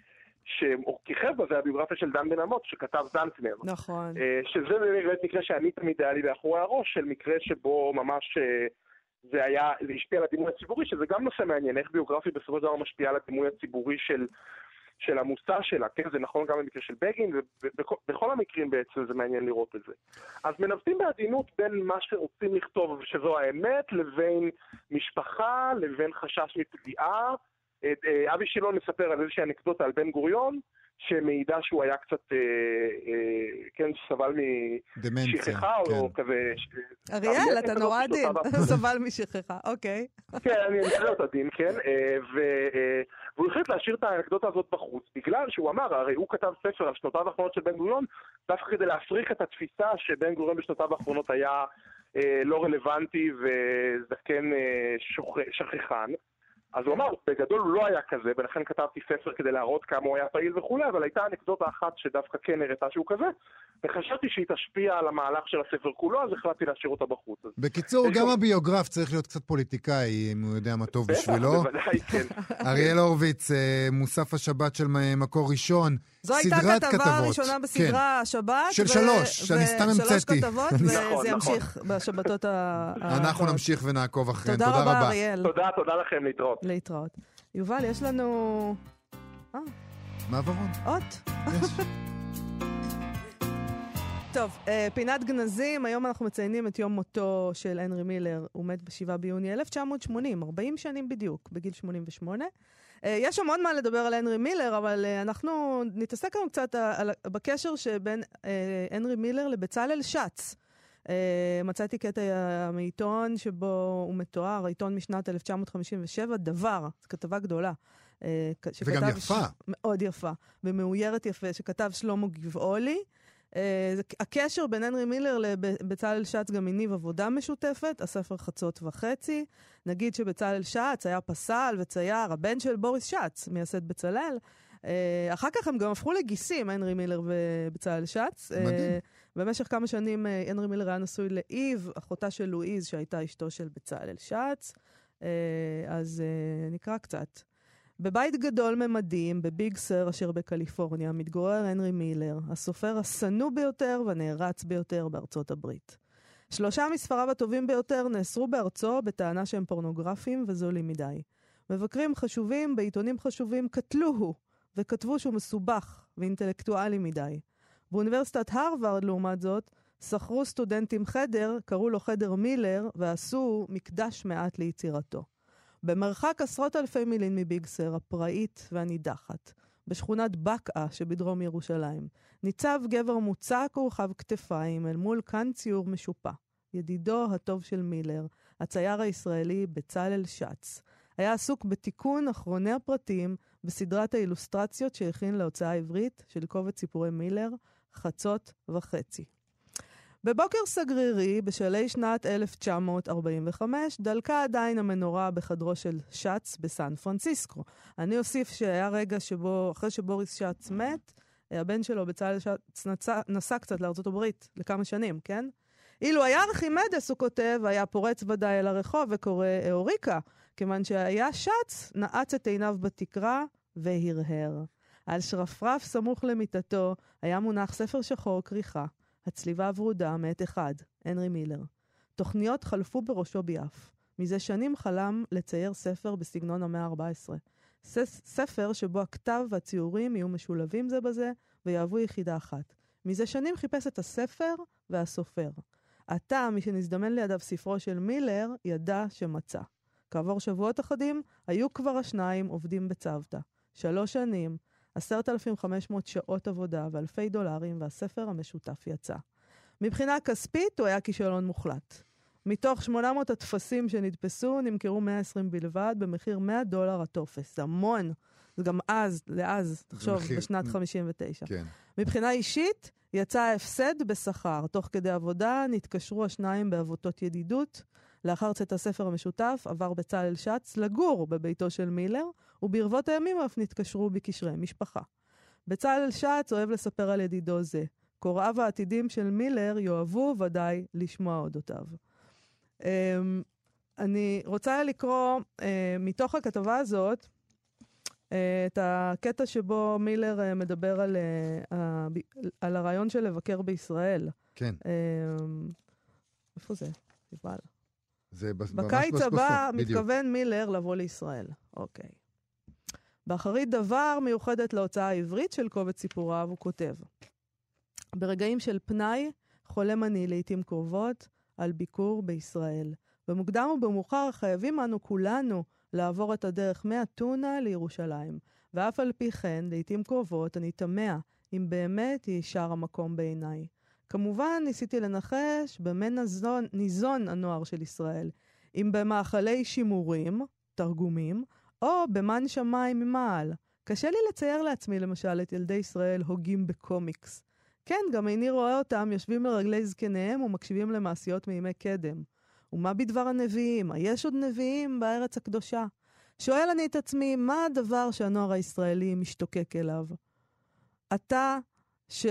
[SPEAKER 7] שכיכב בזה הביוגרפיה של דן בן אמות, שכתב דנקנר.
[SPEAKER 3] נכון.
[SPEAKER 7] שזה באמת מקרה שאני תמיד היה לי באחורי הראש, של מקרה שבו ממש זה היה, זה השפיע על הדימוי הציבורי, שזה גם נושא מעניין, איך ביוגרפיה בסופו של דבר משפיעה על הדימוי הציבורי של, של המושא שלה, כן? זה נכון גם במקרה של בגין, ובכל המקרים בעצם זה מעניין לראות את זה. אז מנווטים בעדינות בין מה שרוצים לכתוב, שזו האמת, לבין משפחה, לבין חשש מפגיעה, אבי שילון מספר על איזושהי אנקדוטה על בן גוריון, שמעידה שהוא היה קצת, כן, סבל משכחה, או כזה...
[SPEAKER 3] אריאל, אתה נורא עדין, סבל משכחה, אוקיי.
[SPEAKER 7] כן, אני אנסה אותה דין, כן, והוא החליט להשאיר את האנקדוטה הזאת בחוץ, בגלל שהוא אמר, הרי הוא כתב ספר על שנותיו האחרונות של בן גוריון, דווקא כדי להפריך את התפיסה שבן גוריון בשנותיו האחרונות היה לא רלוונטי וזקן שכחן. אז הוא אמר, בגדול הוא לא היה כזה, ולכן כתבתי ספר כדי להראות כמה הוא היה פעיל וכולי, אבל הייתה אנקדוטה אחת שדווקא כן הראתה שהוא כזה, וחשבתי שהיא תשפיע על המהלך של הספר כולו, אז החלטתי להשאיר אותה בחוץ.
[SPEAKER 4] בקיצור, גם הביוגרף צריך להיות קצת פוליטיקאי, אם הוא יודע מה טוב בשבילו.
[SPEAKER 7] בוודאי, כן.
[SPEAKER 4] אריאל הורוביץ, מוסף השבת של מקור ראשון,
[SPEAKER 3] זו הייתה כתבה הראשונה בסדרה השבת.
[SPEAKER 4] של שלוש, שאני סתם המצאתי.
[SPEAKER 3] שלוש כתבות, וזה ימשיך בשבתות ה...
[SPEAKER 4] אנחנו נמשיך ונעקוב אחריהן.
[SPEAKER 3] תודה רבה, אריאל.
[SPEAKER 7] תודה, תודה לכם, להתראות.
[SPEAKER 3] להתראות. יובל, יש לנו...
[SPEAKER 4] מעברון.
[SPEAKER 3] אות. טוב, פינת גנזים, היום אנחנו מציינים את יום מותו של הנרי מילר, הוא מת בשבעה ביוני אלף תשע מאות שמונים, ארבעים שנים בדיוק, בגיל שמונים ושמונה. יש המון מה לדבר על הנרי מילר, אבל אנחנו נתעסק היום קצת בקשר שבין הנרי מילר לבצלאל שץ. מצאתי קטע מעיתון שבו הוא מתואר, העיתון משנת אלף תשע מאות חמישים ושבע, דבר, זו כתבה גדולה.
[SPEAKER 4] וגם יפה.
[SPEAKER 3] מאוד יפה, ומאוירת יפה, שכתב שלמה גבעולי. הקשר בין הנרי מילר לבצלאל שץ גם הניב עבודה משותפת, הספר חצות וחצי. נגיד שבצלאל שץ היה פסל וצייר, הבן של בוריס שץ, מייסד בצלאל. אחר כך הם גם הפכו לגיסים, הנרי מילר ובצלאל שץ.
[SPEAKER 4] מדהים.
[SPEAKER 3] במשך כמה שנים הנרי מילר היה נשוי לאיב, אחותה של לואיז, שהייתה אשתו של בצלאל שץ. אז נקרא קצת. בבית גדול ממדים, בביג סר אשר בקליפורניה, מתגורר הנרי מילר, הסופר הסנוע ביותר והנערץ ביותר בארצות הברית. שלושה מספריו הטובים ביותר נאסרו בארצו בטענה שהם פורנוגרפיים וזולים מדי. מבקרים חשובים בעיתונים חשובים קטלוהו, וכתבו שהוא מסובך ואינטלקטואלי מדי. באוניברסיטת הרווארד, לעומת זאת, שכרו סטודנטים חדר, קראו לו חדר מילר, ועשו מקדש מעט ליצירתו. במרחק עשרות אלפי מילין מביג סר, הפראית והנידחת, בשכונת בקעה שבדרום ירושלים, ניצב גבר מוצק ורחב כתפיים אל מול כאן ציור משופע. ידידו הטוב של מילר, הצייר הישראלי בצלאל שץ, היה עסוק בתיקון אחרוני הפרטים בסדרת האילוסטרציות שהכין להוצאה העברית של קובץ סיפורי מילר, חצות וחצי. בבוקר סגרירי, בשלהי שנת אלף תשע מאות ארבעים וחמש, דלקה עדיין המנורה בחדרו של שץ בסן פרנסיסקו. אני אוסיף שהיה רגע שבו, אחרי שבוריס שץ מת, הבן שלו בצלאל שץ נסע, נסע קצת לארצות הברית לכמה שנים, כן? אילו היה ארכימדס, הוא כותב, היה פורץ ודאי אל הרחוב וקורא אוריקה, כיוון שהיה שץ, נעץ את עיניו בתקרה והרהר. על שרפרף סמוך למיטתו היה מונח ספר שחור כריכה, הצליבה הוורודה מאת אחד, הנרי מילר. תוכניות חלפו בראשו ביעף. מזה שנים חלם לצייר ספר בסגנון המאה ה-ארבע עשרה. ס- ספר שבו הכתב והציורים יהיו משולבים זה בזה ויהוו יחידה אחת. מזה שנים חיפש את הספר והסופר. עתה, מי שנזדמן לידיו ספרו של מילר, ידע שמצא. כעבור שבועות אחדים, היו כבר השניים עובדים בצוותא. שלוש שנים, עשרת אלפים וחמש מאות שעות עבודה ואלפי דולרים, והספר המשותף יצא. מבחינה כספית הוא היה כישלון מוחלט. מתוך שמונה מאות התפסים שנדפסו, נמכרו מאה ועשרים בלבד, במחיר מאה דולר הטופס. זה המון. זה גם אז, לאז, תחשוב, מחיר... בשנת חמישים ותשע. כן. מבחינה אישית, יצא ההפסד בשכר. תוך כדי עבודה נתקשרו השניים בעבותות ידידות. לאחר צאת הספר המשותף, עבר בצלאל שץ לגור בביתו של מילר, וברבות הימים אף נתקשרו בקשרי משפחה. בצלאל שץ אוהב לספר על ידידו זה. קוראיו העתידים של מילר יאהבו ודאי לשמוע אודותיו. Um, אני רוצה לקרוא uh, מתוך הכתבה הזאת uh, את הקטע שבו מילר uh, מדבר על, uh, uh, על הרעיון של לבקר בישראל.
[SPEAKER 4] כן.
[SPEAKER 3] Uh, איפה זה? סיבל.
[SPEAKER 4] זה בס...
[SPEAKER 3] בקיץ הבא מתכוון מילר לבוא לישראל. אוקיי. באחרית דבר מיוחדת להוצאה העברית של קובץ סיפוריו, הוא כותב. ברגעים של פנאי, חולם אני לעתים קרובות על ביקור בישראל. במוקדם ובמאוחר חייבים אנו כולנו לעבור את הדרך מאתונה לירושלים. ואף על פי כן, לעתים קרובות, אני תמה אם באמת יישר המקום בעיניי. כמובן ניסיתי לנחש במה נזון, ניזון הנוער של ישראל, אם במאכלי שימורים, תרגומים, או במן שמיים ממעל. קשה לי לצייר לעצמי למשל את ילדי ישראל הוגים בקומיקס. כן, גם איני רואה אותם יושבים לרגלי זקניהם ומקשיבים למעשיות מימי קדם. ומה בדבר הנביאים? היש עוד נביאים בארץ הקדושה? שואל אני את עצמי, מה הדבר שהנוער הישראלי משתוקק אליו? אתה ש...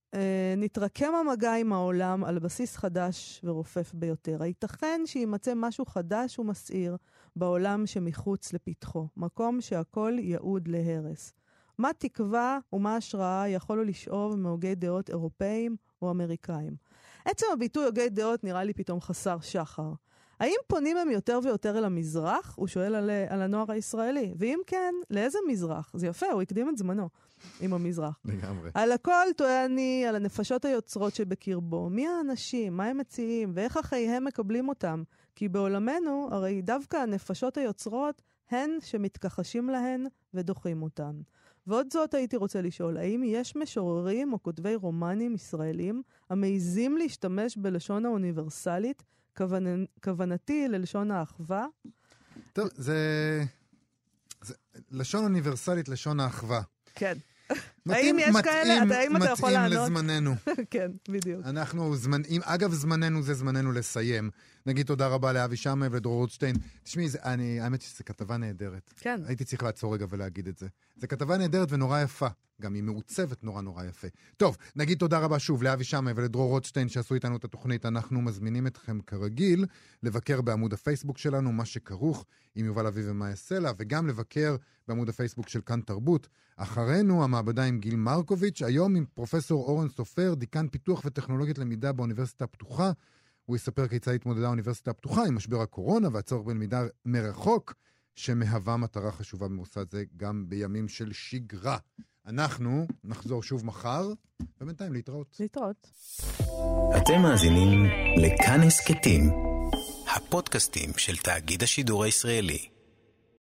[SPEAKER 3] נתרקם המגע עם העולם על בסיס חדש ורופף ביותר. הייתכן שימצא משהו חדש ומסעיר בעולם שמחוץ לפתחו, מקום שהכל יעוד להרס. מה תקווה ומה השראה יכולו לשאוב מהוגי דעות אירופאים או אמריקאים? עצם הביטוי הוגי דעות נראה לי פתאום חסר שחר. האם פונים הם יותר ויותר אל המזרח? הוא שואל על, על הנוער הישראלי. ואם כן, לאיזה מזרח? זה יפה, הוא הקדים את זמנו עם המזרח.
[SPEAKER 4] לגמרי.
[SPEAKER 3] על הכל טועה אני, על הנפשות היוצרות שבקרבו. מי האנשים? מה הם מציעים? ואיך החייהם מקבלים אותם? כי בעולמנו, הרי דווקא הנפשות היוצרות הן שמתכחשים להן ודוחים אותן. ועוד זאת הייתי רוצה לשאול, האם יש משוררים או כותבי רומנים ישראלים המעיזים להשתמש בלשון האוניברסלית, כוונ... כוונתי ללשון האחווה?
[SPEAKER 4] טוב, זה... זה... לשון אוניברסלית, לשון האחווה.
[SPEAKER 3] כן.
[SPEAKER 4] מתאים,
[SPEAKER 3] האם יש
[SPEAKER 4] מתאים,
[SPEAKER 3] כאלה? האם אתה יכול לענות?
[SPEAKER 4] מתאים לזמננו.
[SPEAKER 3] כן, בדיוק.
[SPEAKER 4] אנחנו זמנים, אגב, זמננו זה זמננו לסיים. נגיד תודה רבה לאבי שמאי ולדרור רוטשטיין. תשמעי, זה, אני, האמת שזו כתבה נהדרת.
[SPEAKER 3] כן.
[SPEAKER 4] הייתי צריך לעצור רגע ולהגיד את זה. זו כתבה נהדרת ונורא יפה. גם היא מעוצבת נורא נורא יפה. טוב, נגיד תודה רבה שוב לאבי שמאי ולדרור רוטשטיין שעשו איתנו את התוכנית. אנחנו מזמינים אתכם כרגיל לבקר בעמוד הפייסבוק שלנו, מה שכרוך עם יובל אביב ומאיה סלע, וגם לבקר בעמוד הפייסבוק של כאן תרבות. אחרינו, המעבדה עם גיל מרקוביץ', היום עם פרופסור אורן סופר, דיקן פיתוח וטכנולוגית למידה באוניברסיטה הפתוחה. הוא יספר כיצד התמודדה האוניברסיטה הפתוחה עם משבר הקורונה והצורך בלמידה מרחוק, שמהווה מטרה חשובה במוסד זה גם בימים של שגרה. אנחנו נחזור שוב מחר, ובינתיים להתראות.
[SPEAKER 3] להתראות.
[SPEAKER 1] אתם מאזינים לכאן הסכתים, הפודקאסטים של תאגיד השידור הישראלי.